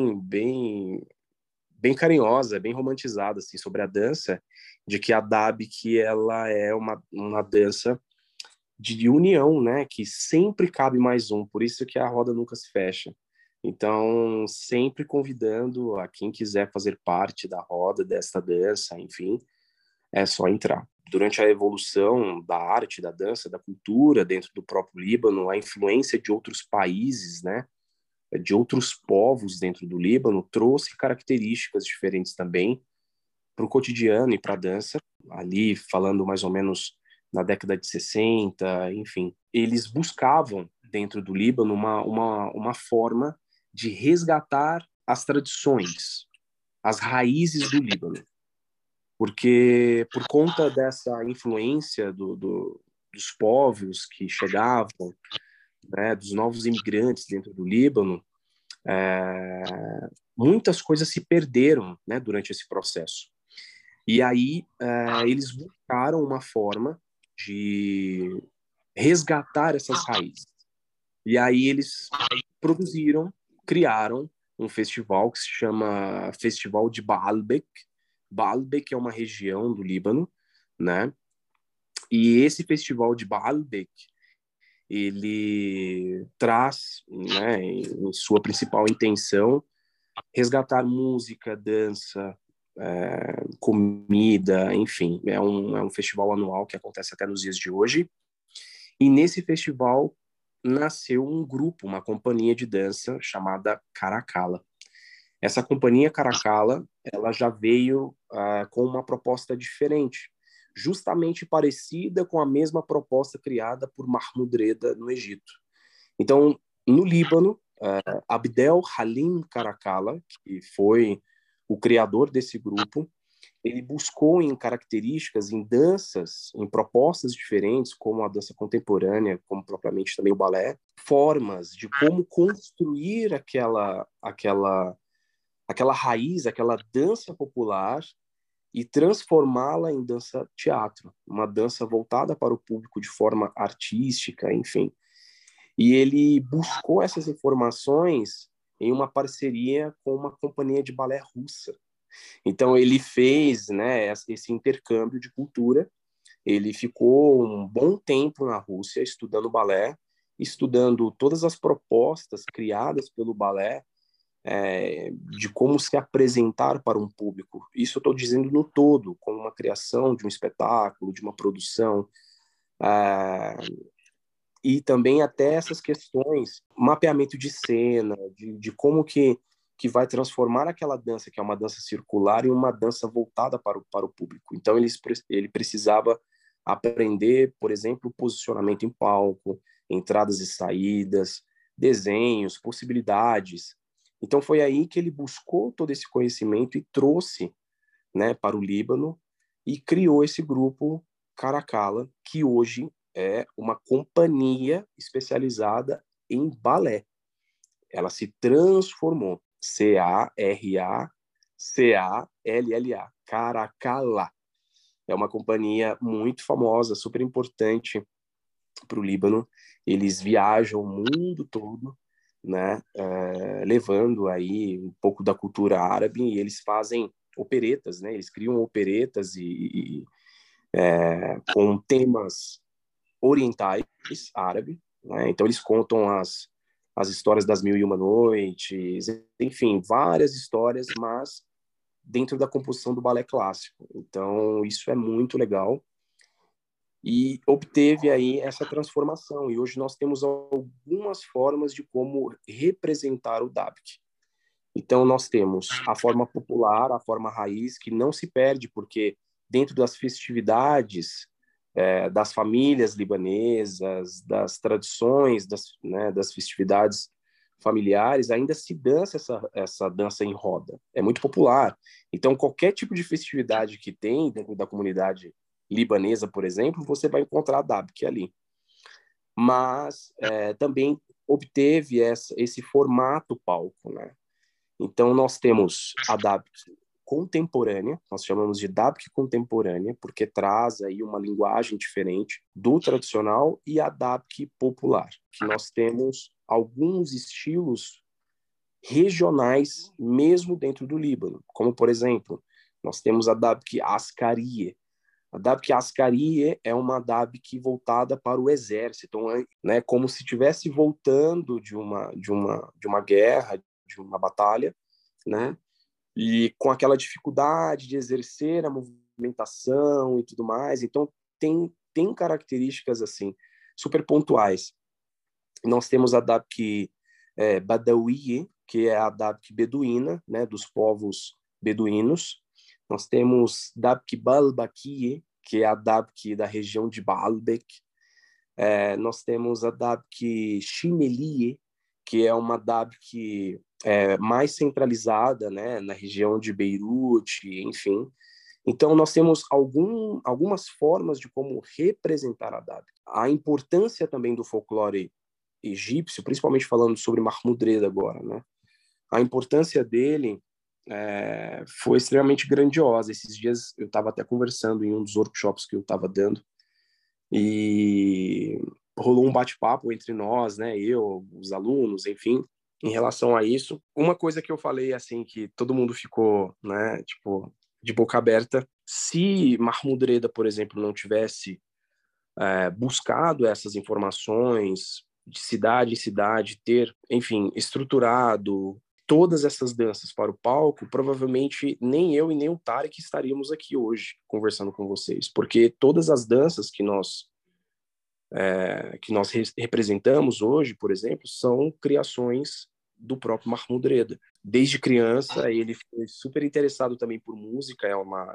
bem carinhosa, bem romantizada assim, sobre a dança, de que a Dabik ela é uma dança de união, né? Que sempre cabe mais um, por isso que a roda nunca se fecha. Então, sempre convidando a quem quiser fazer parte da roda desta dança, enfim, é só entrar. Durante a evolução da arte, da dança, da cultura dentro do próprio Líbano, a influência de outros países, né? De outros povos dentro do Líbano, trouxe características diferentes também para o cotidiano e para a dança, ali falando mais ou menos na década de 60, enfim. Eles buscavam, dentro do Líbano, uma forma de resgatar as tradições, as raízes do Líbano. Porque, por conta dessa influência dos povos que chegavam, né, dos novos imigrantes dentro do Líbano, muitas coisas se perderam, né, durante esse processo. E aí eles buscaram uma forma de resgatar essas raízes. E aí eles criaram um festival que se chama Festival de Baalbek. Baalbek é uma região do Líbano, né? E esse festival de Baalbek, ele traz, né, em sua principal intenção, resgatar música, dança, comida, enfim. É um festival anual que acontece até nos dias de hoje. E nesse festival nasceu um grupo, uma companhia de dança chamada Caracalla. Essa companhia Caracalla, ela já veio com uma proposta diferente, justamente parecida com a mesma proposta criada por Mahmoud Reda no Egito. Então, no Líbano, Abdel Halim Caracalla, que foi o criador desse grupo, ele buscou em características, em danças, em propostas diferentes, como a dança contemporânea, como propriamente também o balé, formas de como construir aquela raiz, aquela dança popular e transformá-la em dança-teatro, uma dança voltada para o público de forma artística, enfim. E ele buscou essas informações em uma parceria com uma companhia de balé russa. Então, ele fez, né, esse intercâmbio de cultura. Ele ficou um bom tempo na Rússia estudando balé, estudando todas as propostas criadas pelo balé, de como se apresentar para um público. Isso eu estou dizendo no todo, como uma criação de um espetáculo, de uma produção, e também até essas questões, mapeamento de cena, de como que vai transformar aquela dança, que é uma dança circular, em uma dança voltada para o público. Então, ele precisava aprender, por exemplo, posicionamento em palco, entradas e saídas, desenhos, possibilidades. Então, foi aí que ele buscou todo esse conhecimento e trouxe, né, para o Líbano e criou esse grupo Caracalla, que hoje é uma companhia especializada em balé. Ela se transformou. Caracalla. Caracalla. É uma companhia muito famosa, super importante para o Líbano. Eles viajam o mundo todo, né, levando aí um pouco da cultura árabe, e eles fazem operetas, né? Eles criam operetas com temas orientais, árabe, né? Então eles contam as histórias das Mil e Uma Noites, enfim, várias histórias, mas dentro da composição do balé clássico. Então isso é muito legal e obteve aí essa transformação. E hoje nós temos algumas formas de como representar o Dabik. Então nós temos a forma popular, a forma raiz, que não se perde, porque dentro das festividades das famílias libanesas, das tradições, das festividades familiares, ainda se dança essa dança em roda. É muito popular. Então, qualquer tipo de festividade que tem dentro da comunidade libanesa, por exemplo, você vai encontrar a Dabke ali. Mas também obteve esse formato palco, né? Então, nós temos a Dabke contemporânea, nós chamamos de Dabke contemporânea, porque traz aí uma linguagem diferente do tradicional, e a Dabke popular, que nós temos alguns estilos regionais mesmo dentro do Líbano, como, por exemplo, nós temos a Dabke Askarie. A Dabke Askarie é uma Dabke voltada para o exército, né, como se estivesse voltando de uma guerra, de uma batalha, né, e com aquela dificuldade de exercer a movimentação e tudo mais. Então, tem características assim super pontuais. Nós temos a Dabke Badawi, que é a Dabke beduína, né, dos povos beduínos. Nós temos Dabke Balbakie, que é a Dabke da região de Baalbek. Nós temos a Dabke Shimelie, que é uma Dabke mais centralizada, né, na região de Beirute, enfim. Então, nós temos algumas formas de como representar a Dabke. A importância também do folclore egípcio, principalmente falando sobre Mahmoud Reda agora, né? A importância dele foi extremamente grandiosa. Esses dias eu estava até conversando em um dos workshops que eu estava dando, e rolou um bate-papo entre nós, né, eu, os alunos, enfim, em relação a isso. Uma coisa que eu falei, assim, que todo mundo ficou, né, tipo, de boca aberta: se Mahmoud Reda, por exemplo, não tivesse buscado essas informações de cidade em cidade, ter, enfim, estruturado todas essas danças para o palco, provavelmente nem eu e nem o Tarek estaríamos aqui hoje conversando com vocês, porque todas as danças que nós representamos hoje, por exemplo, são criações do próprio Mahmoud Reda. Desde criança, ele foi super interessado também por música,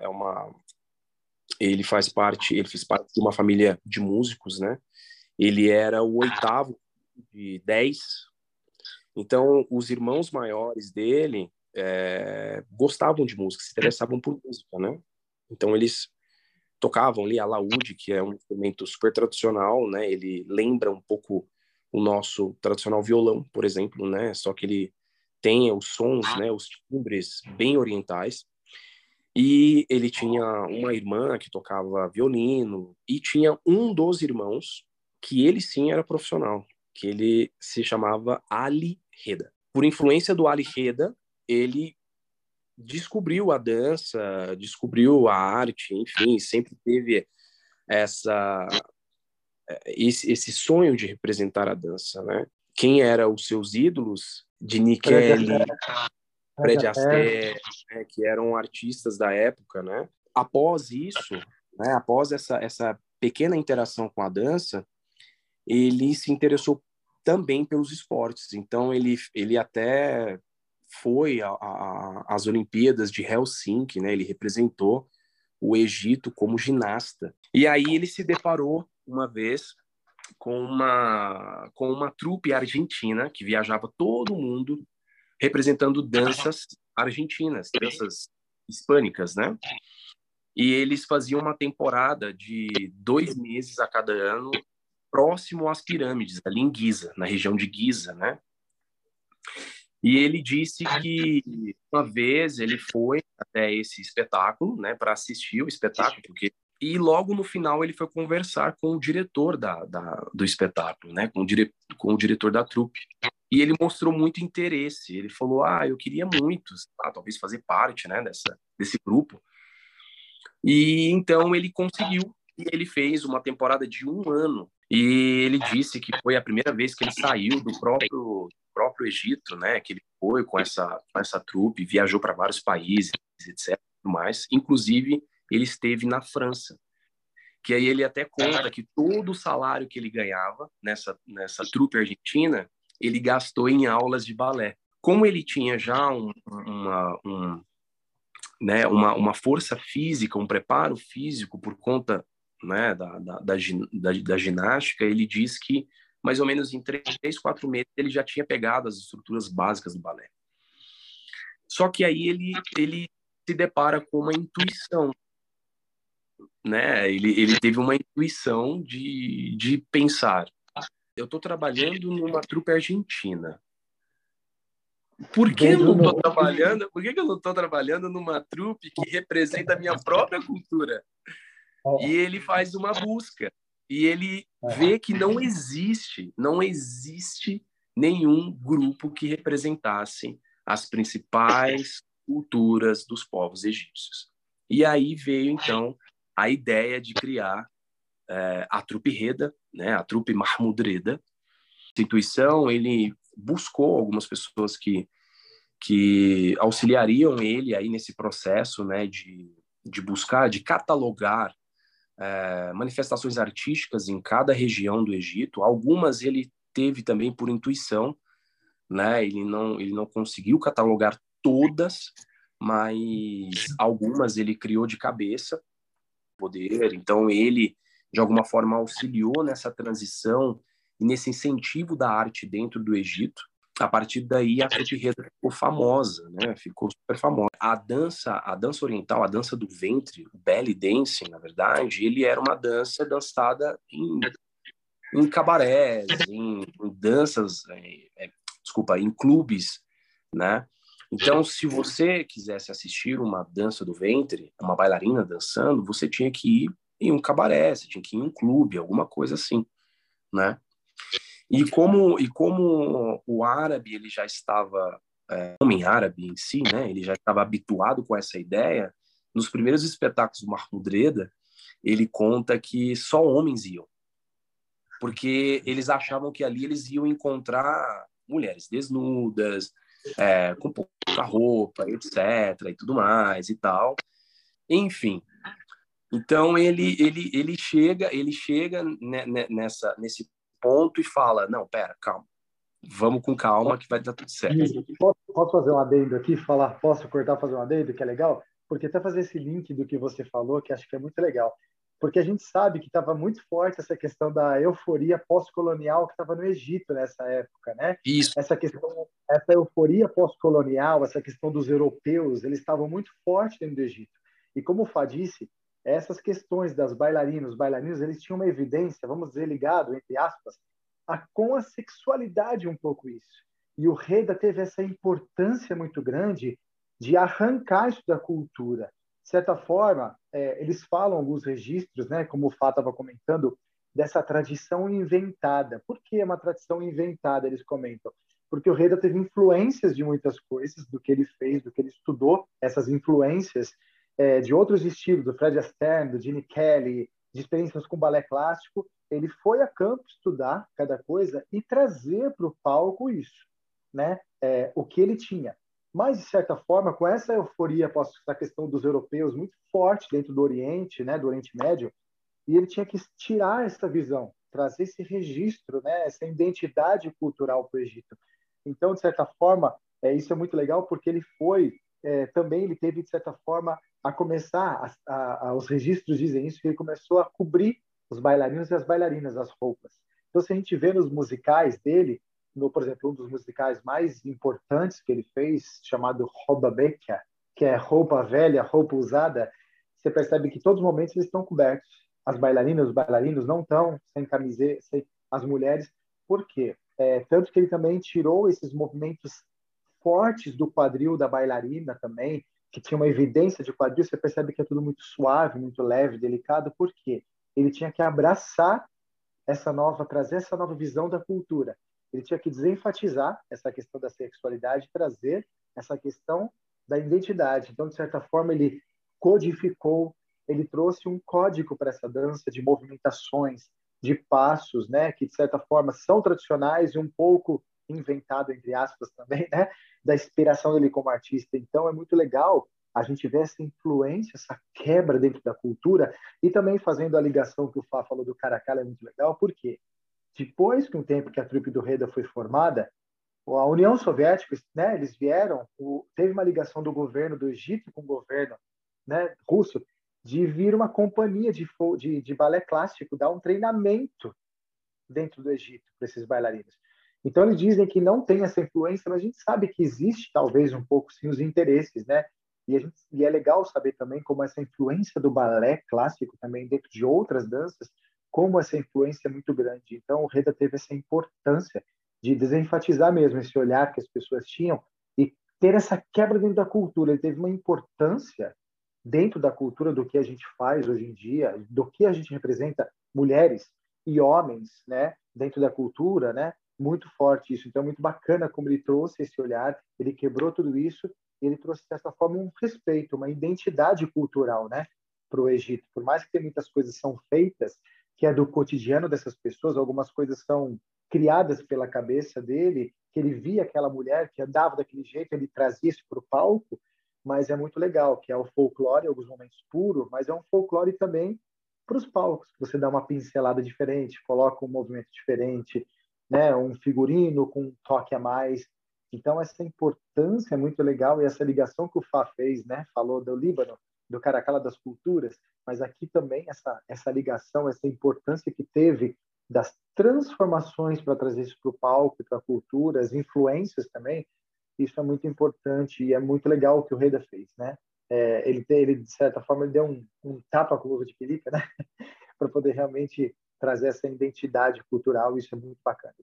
ele fez parte de uma família de músicos, né? Ele era o 8º de 10. Então, os irmãos maiores dele gostavam de música, se interessavam por música, né? Então, eles tocavam ali alaúde, que é um instrumento super tradicional, né? Ele lembra um pouco o nosso tradicional violão, por exemplo, né? Só que ele tem os sons, né? Os timbres bem orientais. E ele tinha uma irmã que tocava violino, e tinha um dos irmãos que ele sim era profissional, que ele se chamava Ali Reda. Por influência do Ali Reda, ele descobriu a dança, descobriu a arte, enfim, sempre teve esse sonho de representar a dança, né? Quem eram os seus ídolos? Dini Kelly, Fred Astaire, né, que eram artistas da época, né? Após isso, né, após essa pequena interação com a dança, ele se interessou também pelos esportes. Então, ele até foi às Olimpíadas de Helsinki, né? Ele representou o Egito como ginasta. E aí ele se deparou uma vez com uma trupe argentina que viajava todo mundo representando danças argentinas, danças hispânicas, né? E eles faziam uma temporada de 2 meses a cada ano, próximo às pirâmides, ali em Giza, na região de Giza, né? E ele disse que uma vez ele foi até esse espetáculo, né, para assistir o espetáculo, e logo no final ele foi conversar com o diretor do espetáculo, né, com o diretor da trupe. E ele mostrou muito interesse. Ele falou: eu queria muito, talvez fazer parte, né, desse grupo. E então ele conseguiu, e ele fez uma temporada de 1 ano. E ele disse que foi a primeira vez que ele saiu do próprio Egito, né? Que ele foi com essa trupe, viajou para vários países, etc. Mais. Inclusive, ele esteve na França. Que aí ele até conta que todo o salário que ele ganhava nessa trupe argentina, ele gastou em aulas de balé. Como ele tinha já uma força física, um preparo físico por conta, né, da ginástica, ele diz que mais ou menos em 3, 4 meses ele já tinha pegado as estruturas básicas do balé. Só que aí ele se depara com uma intuição. né? Ele teve uma intuição de pensar: eu estou trabalhando numa trupe argentina. Por que eu não estou trabalhando? Por que eu não estou trabalhando numa trupe que representa a minha própria cultura? E ele faz uma busca e ele vê que não existe nenhum grupo que representasse as principais culturas dos povos egípcios. E aí veio então a ideia de criar a trupe Reda, né? A trupe Mahmoud Reda. Essa intuição, ele buscou algumas pessoas que auxiliariam ele aí nesse processo, né, de buscar, de catalogar manifestações artísticas em cada região do Egito. Algumas ele teve também por intuição, né? Ele não conseguiu catalogar todas, mas algumas ele criou de cabeça, poder. Então ele de alguma forma auxiliou nessa transição e nesse incentivo da arte dentro do Egito. A partir daí a trupe Reda ficou famosa, né? Ficou super famosa. A dança oriental, a dança do ventre, o belly dancing, na verdade, ele era uma dança dançada em cabarés, em danças, em clubes, né? Então, se você quisesse assistir uma dança do ventre, uma bailarina dançando, você tinha que ir em um cabaré, você tinha que ir em um clube, alguma coisa assim, né? E como o árabe ele já estava, o homem árabe em si, né? Ele já estava habituado com essa ideia. Nos primeiros espetáculos do Mahmoud Reda, ele conta que só homens iam, porque eles achavam que ali eles iam encontrar mulheres desnudas, com pouca roupa, etc, e tudo mais e tal. Enfim, então ele chega nesse ponto e fala: não, pera, calma, vamos com calma que vai dar tudo certo. Posso fazer um adendo aqui? Posso cortar, fazer um adendo que é legal? Porque até fazer esse link do que você falou, que acho que é muito legal. Porque a gente sabe que estava muito forte essa questão da euforia pós-colonial que estava no Egito nessa época, né? Isso. Essa euforia pós-colonial, essa questão dos europeus, eles estavam muito fortes dentro do Egito. E como o Fá disse, essas questões das bailarinas, os bailarinos, eles tinham uma evidência, vamos dizer, ligado, entre aspas, com a sexualidade um pouco isso. E o Reda teve essa importância muito grande de arrancar isso da cultura. De certa forma, eles falam alguns registros, né, como o Fá estava comentando, dessa tradição inventada. Por que é uma tradição inventada, eles comentam? Porque o Reda teve influências de muitas coisas, do que ele fez, do que ele estudou, essas influências de outros estilos, do Fred Astaire, do Gene Kelly, de experiências com balé clássico. Ele foi a campo estudar cada coisa e trazer para o palco isso, né? O que ele tinha. Mas, de certa forma, com essa euforia, essa questão dos europeus muito forte dentro do Oriente, né, do Oriente Médio, e ele tinha que tirar essa visão, trazer esse registro, né, essa identidade cultural para o Egito. Então, de certa forma, isso é muito legal, porque ele foi, também ele teve, de certa forma, a começar, os registros dizem isso, que ele começou a cobrir os bailarinos e as bailarinas, as roupas. Então, se a gente vê nos musicais dele, por exemplo, um dos musicais mais importantes que ele fez, chamado Roupa Vecchia, que é roupa velha, roupa usada, você percebe que todos os momentos eles estão cobertos. As bailarinas, os bailarinos não estão sem camiseta, as mulheres. Por quê? Tanto que ele também tirou esses movimentos fortes do quadril da bailarina também, que tinha uma evidência de quadril, você percebe que é tudo muito suave, muito leve, delicado. Por quê? Ele tinha que abraçar trazer essa nova visão da cultura. Ele tinha que desenfatizar essa questão da sexualidade, trazer essa questão da identidade. Então, de certa forma, ele codificou, ele trouxe um código para essa dança de movimentações, de passos, né, que de certa forma são tradicionais e um pouco inventado, entre aspas, também, né, da inspiração dele como artista. Então, é muito legal a gente ver essa influência, essa quebra dentro da cultura, e também fazendo a ligação que o Fá falou do Caracal é muito legal, porque depois que um tempo que a trupe do Reda foi formada, a União Soviética, né, eles vieram, teve uma ligação do governo do Egito com o governo, né, russo, de vir uma companhia de balé clássico, dar um treinamento dentro do Egito para esses bailarinos. Então, eles dizem que não tem essa influência, mas a gente sabe que existe, talvez, um pouco, sim, os interesses, né? E E é legal saber também como essa influência do balé clássico também dentro de outras danças, como essa influência é muito grande. Então, o Reda teve essa importância de desenfatizar mesmo esse olhar que as pessoas tinham e ter essa quebra dentro da cultura. Ele teve uma importância dentro da cultura do que a gente faz hoje em dia, do que a gente representa mulheres e homens, né, dentro da cultura, né, muito forte isso. Então, é muito bacana como ele trouxe esse olhar, ele quebrou tudo isso, e ele trouxe, dessa forma, um respeito, uma identidade cultural, né, para o Egito. Por mais que muitas coisas são feitas, que é do cotidiano dessas pessoas, algumas coisas são criadas pela cabeça dele, que ele via aquela mulher que andava daquele jeito, ele trazia isso para o palco, mas é muito legal, que é o folclore, em alguns momentos puro, mas é um folclore também para os palcos, que você dá uma pincelada diferente, coloca um movimento diferente, né, um figurino com um toque a mais. Então, essa importância é muito legal, e essa ligação que o Fá fez, né, falou do Líbano, do Caracalla das culturas, mas aqui também essa ligação, essa importância que teve das transformações para trazer isso para o palco, para a cultura, as influências também, isso é muito importante e é muito legal o que o Reda fez, né? Ele de certa forma, ele deu um tapa com luva de pelica, né? Para poder realmente trazer essa identidade cultural, isso é muito bacana.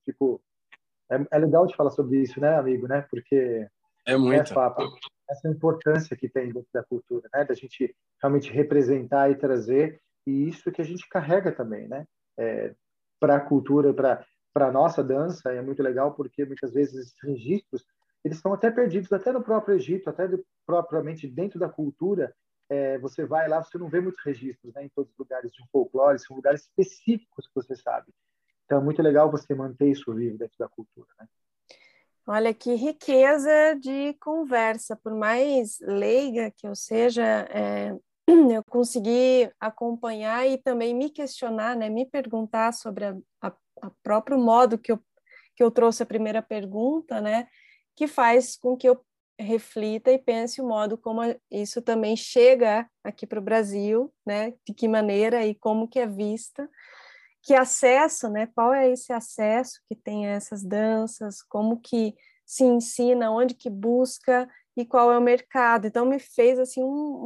É legal de falar sobre isso, né, amigo, né? Porque É muito. Fapa, essa importância que tem dentro da cultura, né? Da gente realmente representar e trazer, e isso que a gente carrega também, né? Para a cultura, para a nossa dança, é muito legal porque muitas vezes esses registros eles estão até perdidos, até no próprio Egito, propriamente dentro da cultura. Você vai lá, você não vê muitos registros, né, em todos os lugares de folclore, são lugares específicos que você sabe. Então é muito legal você manter isso vivo dentro da cultura, né? Olha que riqueza de conversa, por mais leiga que eu seja, eu consegui acompanhar e também me questionar, né, me perguntar sobre a próprio modo que eu trouxe a primeira pergunta, né, que faz com que eu reflita e pense o modo como isso também chega aqui para o Brasil, né, de que maneira e como que é vista, que acesso, né, qual é esse acesso que tem a essas danças, como que se ensina, onde que busca e qual é o mercado. Então me fez assim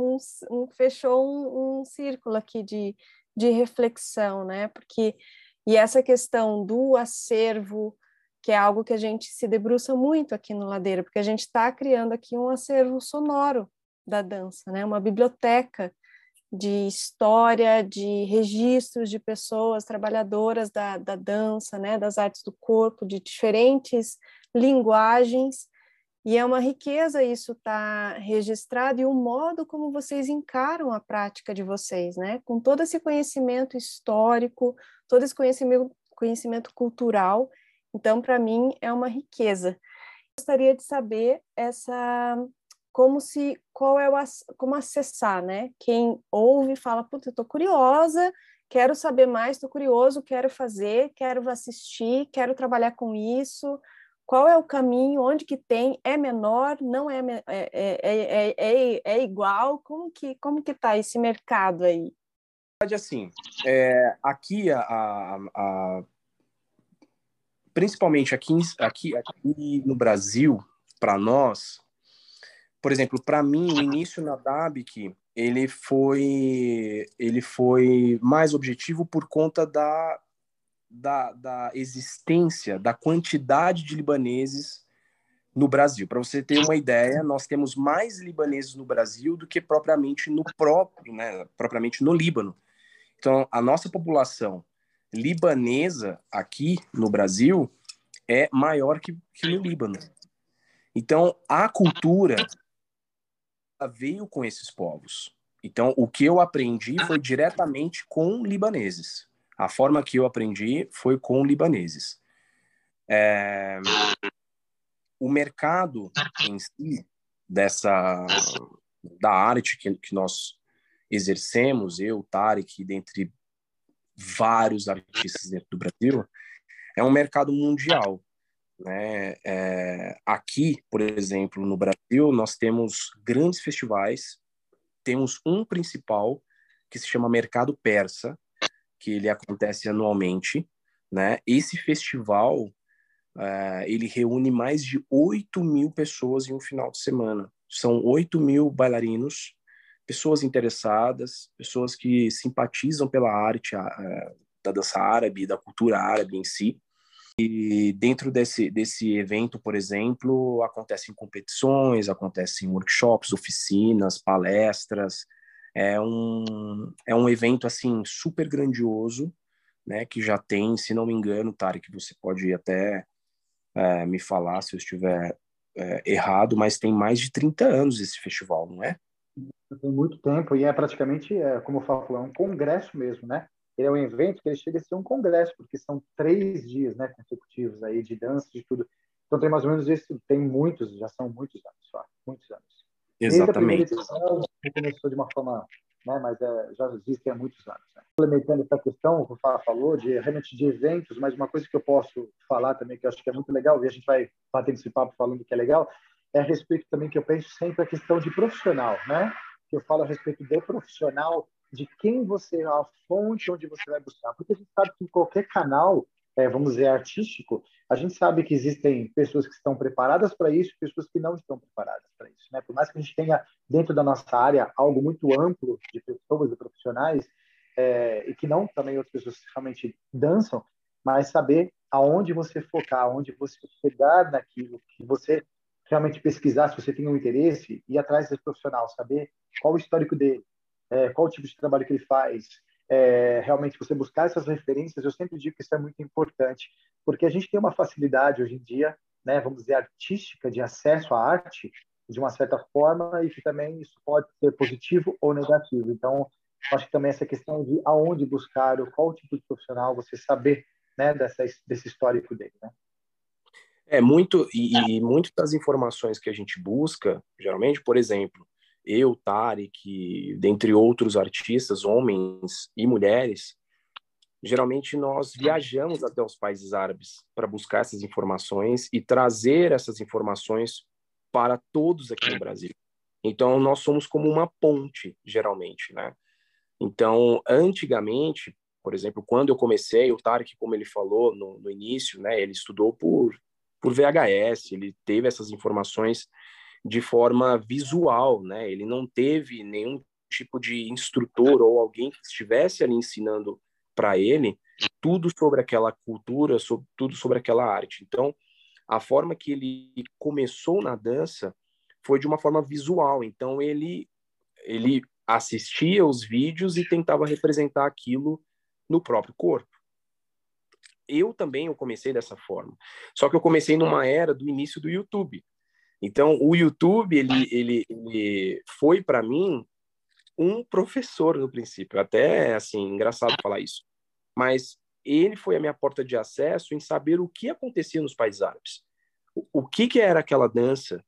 fechou um círculo aqui de reflexão, né, porque e essa questão do acervo, que é algo que a gente se debruça muito aqui no Ladeira, porque a gente está criando aqui um acervo sonoro da dança, né? Uma biblioteca de história, de registros de pessoas trabalhadoras da dança, né? Das artes do corpo, de diferentes linguagens, e é uma riqueza isso estar registrado e o modo como vocês encaram a prática de vocês, né? Com todo esse conhecimento histórico, todo esse conhecimento cultural. Então, para mim, é uma riqueza. Gostaria de saber como acessar, né? Quem ouve fala, puta, eu tô curiosa, quero saber mais, tô curioso, quero fazer, quero assistir, quero trabalhar com isso. Qual é o caminho? Onde que tem? É menor? Não é igual? Como que tá esse mercado aí? Assim, aqui principalmente aqui no Brasil, para nós, por exemplo, para mim, o início na DABIC, ele foi mais objetivo por conta da existência, da quantidade de libaneses no Brasil. Para você ter uma ideia, nós temos mais libaneses no Brasil do que propriamente propriamente no Líbano. Então, a nossa população libanesa aqui no Brasil é maior que no Líbano. Então, a cultura veio com esses povos. Então, o que eu aprendi foi diretamente com libaneses. A forma que eu aprendi foi com libaneses. O mercado em si da arte que nós exercemos, eu, Tarek, dentre vários artistas dentro do Brasil, é um mercado mundial, né? Aqui, por exemplo, no Brasil, nós temos grandes festivais, temos um principal que se chama Mercado Persa, que ele acontece anualmente, né? Esse festival ele reúne mais de 8.000 pessoas em um final de semana. São 8.000 bailarinos pessoas interessadas, pessoas que simpatizam pela arte da dança árabe, da cultura árabe em si. E dentro desse evento, por exemplo, acontecem competições, acontecem workshops, oficinas, palestras. É um evento assim super grandioso, né? Que já tem, se não me engano, Tarek, você pode até me falar se eu estiver errado, mas tem mais de 30 anos esse festival, não é? Tem muito tempo e é praticamente, como eu falo, é um congresso mesmo, né? Ele é um evento que ele chega a ser um congresso, porque são 3 dias, né, consecutivos aí de dança, de tudo. Então tem mais ou menos isso, tem muitos, já são muitos anos, só, muitos anos. Desde a primeira Exatamente. edição, começou de uma forma, né, mas já existe há muitos anos. Né? Complementando essa questão que o Fá falou, realmente de eventos, mas uma coisa que eu posso falar também, que eu acho que é muito legal, e a gente vai bater nesse papo falando que é legal, é a respeito também que eu penso sempre a questão de profissional, né? Que eu falo a respeito do profissional, de quem você, a fonte onde você vai buscar. Porque a gente sabe que em qualquer canal, vamos dizer, artístico, a gente sabe que existem pessoas que estão preparadas para isso e pessoas que não estão preparadas para isso. Né? Por mais que a gente tenha dentro da nossa área algo muito amplo de pessoas e profissionais, e que não também outras pessoas que realmente dançam, mas saber aonde você focar, aonde você chegar naquilo que você realmente pesquisar, se você tem um interesse, ir atrás desse profissional, saber qual o histórico dele, qual o tipo de trabalho que ele faz, realmente você buscar essas referências. Eu sempre digo que isso é muito importante, porque a gente tem uma facilidade hoje em dia, né, vamos dizer, artística, de acesso à arte, de uma certa forma, e que também isso pode ser positivo ou negativo. Então, acho que também essa questão de aonde buscar, qual tipo de profissional, você saber, né, desse histórico dele, né? Muito das informações que a gente busca, geralmente, por exemplo, eu, Tarek, dentre outros artistas, homens e mulheres, geralmente nós viajamos até os países árabes para buscar essas informações e trazer essas informações para todos aqui no Brasil. Então, nós somos como uma ponte, geralmente, né? Então, antigamente, por exemplo, quando eu comecei, o Tarek, como ele falou no início, né, ele estudou por VHS, ele teve essas informações de forma visual, né? Ele não teve nenhum tipo de instrutor ou alguém que estivesse ali ensinando para ele tudo sobre aquela cultura, tudo sobre aquela arte. Então, a forma que ele começou na dança foi de uma forma visual. Então, ele assistia os vídeos e tentava representar aquilo no próprio corpo. Eu comecei dessa forma. Só que eu comecei numa era do início do YouTube. Então, o YouTube, ele foi para mim um professor no princípio. Até, assim, engraçado falar isso. Mas ele foi a minha porta de acesso em saber o que acontecia nos países árabes. O que era aquela dança,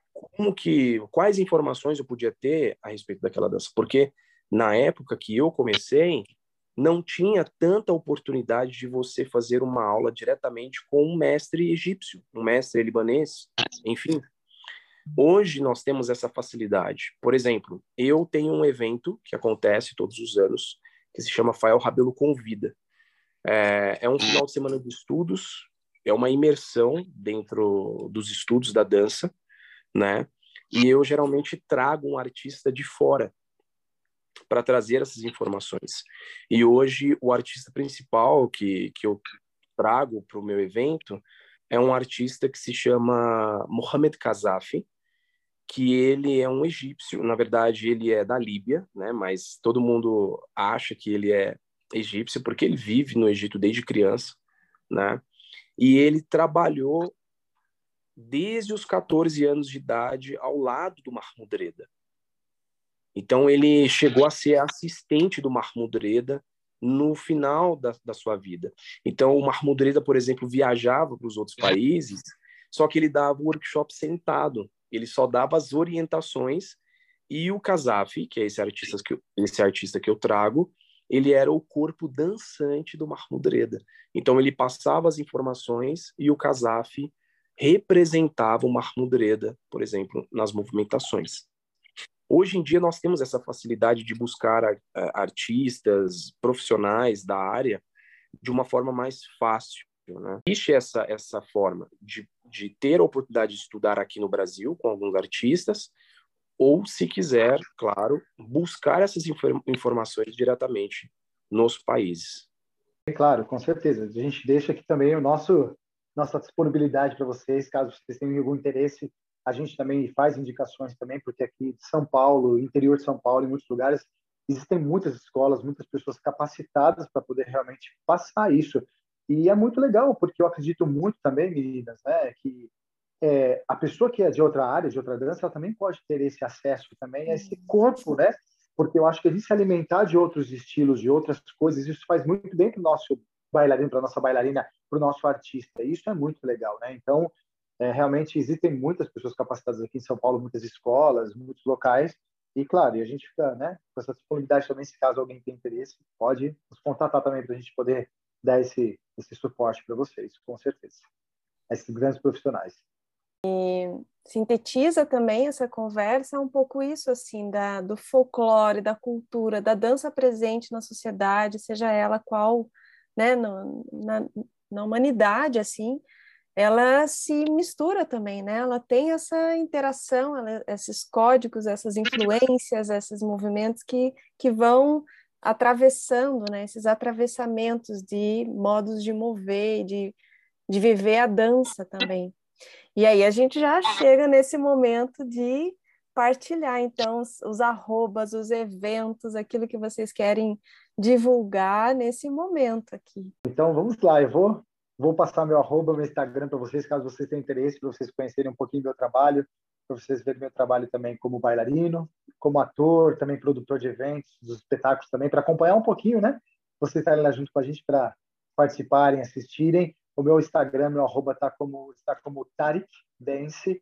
quais informações eu podia ter a respeito daquela dança, porque na época que eu comecei, não tinha tanta oportunidade de você fazer uma aula diretamente com um mestre egípcio, um mestre libanês, enfim. Hoje nós temos essa facilidade. Por exemplo, eu tenho um evento que acontece todos os anos, que se chama Fael Rabelo Convida. É um final de semana de estudos, é uma imersão dentro dos estudos da dança, né? E eu geralmente trago um artista de fora para trazer essas informações. E hoje o artista principal que eu trago para o meu evento é um artista que se chama Mohamed Kazafi, que ele é um egípcio. Na verdade, ele é da Líbia, né? Mas todo mundo acha que ele é egípcio porque ele vive no Egito desde criança, né? E ele trabalhou desde os 14 anos de idade ao lado do Mahmoud Reda. Então, ele chegou a ser assistente do Mahmoud Reda no final da sua vida. Então, o Mahmoud Reda, por exemplo, viajava para os outros países, só que ele dava o workshop sentado. Ele só dava as orientações, e o Kazafi, que é esse artista que eu trago, ele era o corpo dançante do Mahmoud Reda. Então, ele passava as informações e o Kazafi representava o Mahmoud Reda, por exemplo, nas movimentações. Hoje em dia nós temos essa facilidade de buscar artistas, profissionais da área de uma forma mais fácil, né? Existe essa forma de ter a oportunidade de estudar aqui no Brasil com alguns artistas, ou, se quiser, claro, buscar essas informações diretamente nos países. Claro, com certeza. A gente deixa aqui também nossa disponibilidade para vocês, caso vocês tenham algum interesse. A gente também faz indicações também, porque aqui de São Paulo, interior de São Paulo, em muitos lugares, existem muitas escolas, muitas pessoas capacitadas para poder realmente passar isso. E é muito legal, porque eu acredito muito também, meninas, né, que a pessoa que é de outra área, de outra dança, ela também pode ter esse acesso também a esse corpo, né? Porque eu acho que a gente se alimentar de outros estilos, de outras coisas, isso faz muito bem para o nosso bailarino, para a nossa bailarina, para o nosso artista. Isso é muito legal, né? Então, realmente existem muitas pessoas capacitadas aqui em São Paulo, muitas escolas, muitos locais. E, claro, e a gente fica, né, com essa disponibilidade também, se caso alguém tem interesse, pode nos contatar também para a gente poder dar esse suporte para vocês, com certeza. Esses grandes profissionais. Sintetiza também essa conversa um pouco isso, assim, do folclore, da cultura, da dança presente na sociedade, seja ela qual, né, na humanidade, assim, ela se mistura também, né? Ela tem essa interação, esses códigos, essas influências, esses movimentos que vão atravessando, né? Esses atravessamentos de modos de mover, de viver a dança também. E aí a gente já chega nesse momento de partilhar, então, os arrobas, os eventos, aquilo que vocês querem divulgar nesse momento aqui. Então, vamos lá, eu vou passar meu arroba, meu Instagram para vocês, caso vocês tenham interesse, para vocês conhecerem um pouquinho do meu trabalho, para vocês verem meu trabalho também como bailarino, como ator, também produtor de eventos, dos espetáculos também, para acompanhar um pouquinho, né? Vocês estarem lá junto com a gente para participarem, assistirem. O meu Instagram, meu arroba está como Tarik Dance,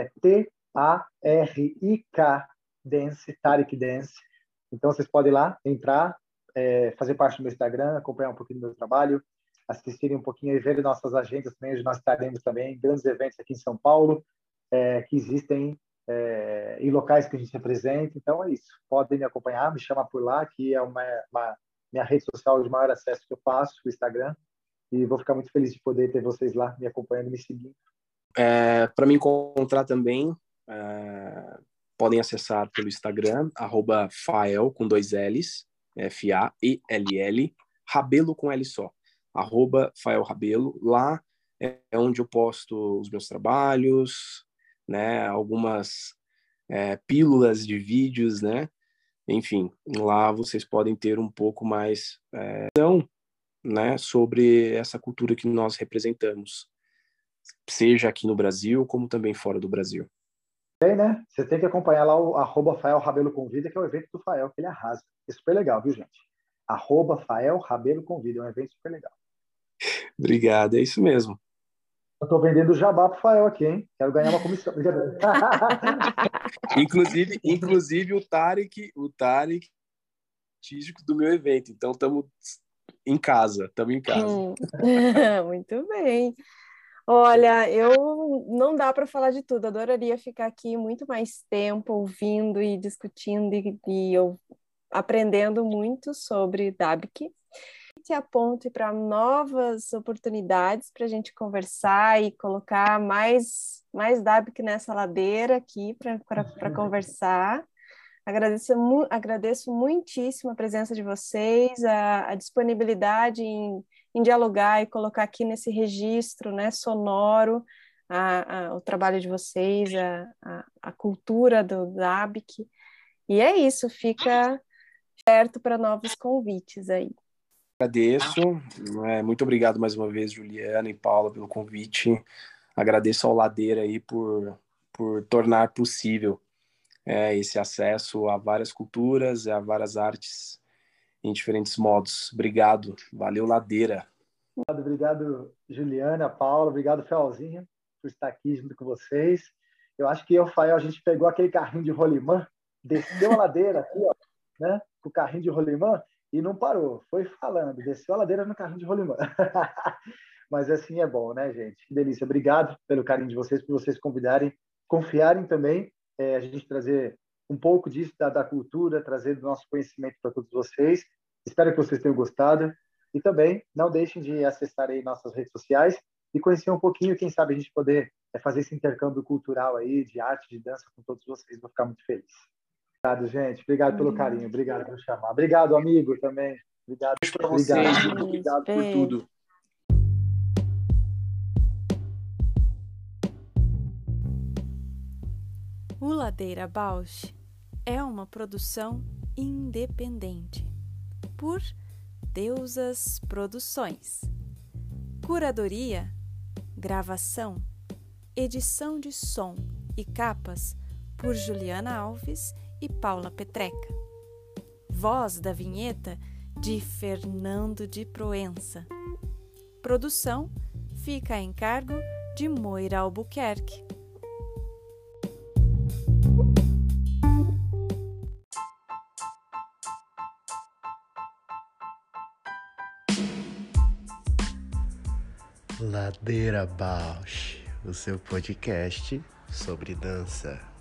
T-A-R-I-K Dance, Tarik Dance. Então, vocês podem ir lá, entrar, fazer parte do meu Instagram, acompanhar um pouquinho do meu trabalho, assistirem um pouquinho e verem nossas agendas também, onde nós estaremos também, grandes eventos aqui em São Paulo, que existem em locais que a gente representa. Então, é isso. Podem me acompanhar, me chamar por lá, que é minha rede social de maior acesso que eu faço, o Instagram. E vou ficar muito feliz de poder ter vocês lá me acompanhando, me seguindo. Para me encontrar também, podem acessar pelo Instagram, @fael, com 2 L's, F-A-E-L-L, Rabelo com L só, @Fael Rabelo. Lá é onde eu posto os meus trabalhos, né, algumas pílulas de vídeos, né? Enfim, lá vocês podem ter um pouco mais né, sobre essa cultura que nós representamos, seja aqui no Brasil, como também fora do Brasil. Bem, né? Você tem que acompanhar lá o @Fael Rabelo Convida, que é o evento do Fael, que ele arrasa. É super legal, viu, gente? @Fael Rabelo Convida, é um evento super legal. Obrigado, é isso mesmo. Eu tô vendendo jabá pro Fael aqui, hein? Quero ganhar uma comissão. inclusive o Tarik artístico do meu evento. Então estamos em casa. Muito bem. Olha, eu não dá para falar de tudo. Adoraria ficar aqui muito mais tempo ouvindo e discutindo e eu aprendendo muito sobre DABIC. Te aponte para novas oportunidades para a gente conversar e colocar mais DABIC nessa ladeira aqui para conversar. Agradeço muitíssimo a presença de vocês, a disponibilidade em dialogar e colocar aqui nesse registro, né, sonoro o trabalho de vocês, a cultura do DABIC. E é isso, fica aberto para novos convites aí. Agradeço, muito obrigado mais uma vez, Juliana e Paula, pelo convite. Agradeço ao Ladeira aí por tornar possível esse acesso a várias culturas, a várias artes em diferentes modos. Obrigado, valeu, Ladeira. Obrigado, Juliana, Paula, obrigado, Felzinho, por estar aqui junto com vocês. Eu acho que eu e o Fael, a gente pegou aquele carrinho de rolimã, desceu a ladeira aqui, ó, né, com o carrinho de rolimã, e não parou, foi falando, desceu a ladeira no carrinho de rolimã. Mas assim é bom, né, gente? Que delícia. Obrigado pelo carinho de vocês, por vocês confiarem também, a gente trazer um pouco disso da cultura, trazer do nosso conhecimento para todos vocês. Espero que vocês tenham gostado. E também não deixem de acessar aí nossas redes sociais. e conhecer um pouquinho, quem sabe a gente poder fazer esse intercâmbio cultural aí, de arte, de dança com todos vocês. Vou ficar muito feliz. Obrigado, gente. Obrigado pelo carinho. Obrigado por chamar. Obrigado, amigo, também. Obrigado. Beijo para vocês. Muito obrigado por tudo. O Ladeira Bausch é uma produção independente por Deusas Produções. Curadoria, gravação, edição de som e capas por Juliana Alves e Paula Petreca. Voz da vinheta de Fernando de Proença. Produção fica a encargo de Moira Albuquerque. Ladeira Bausch, o seu podcast sobre dança.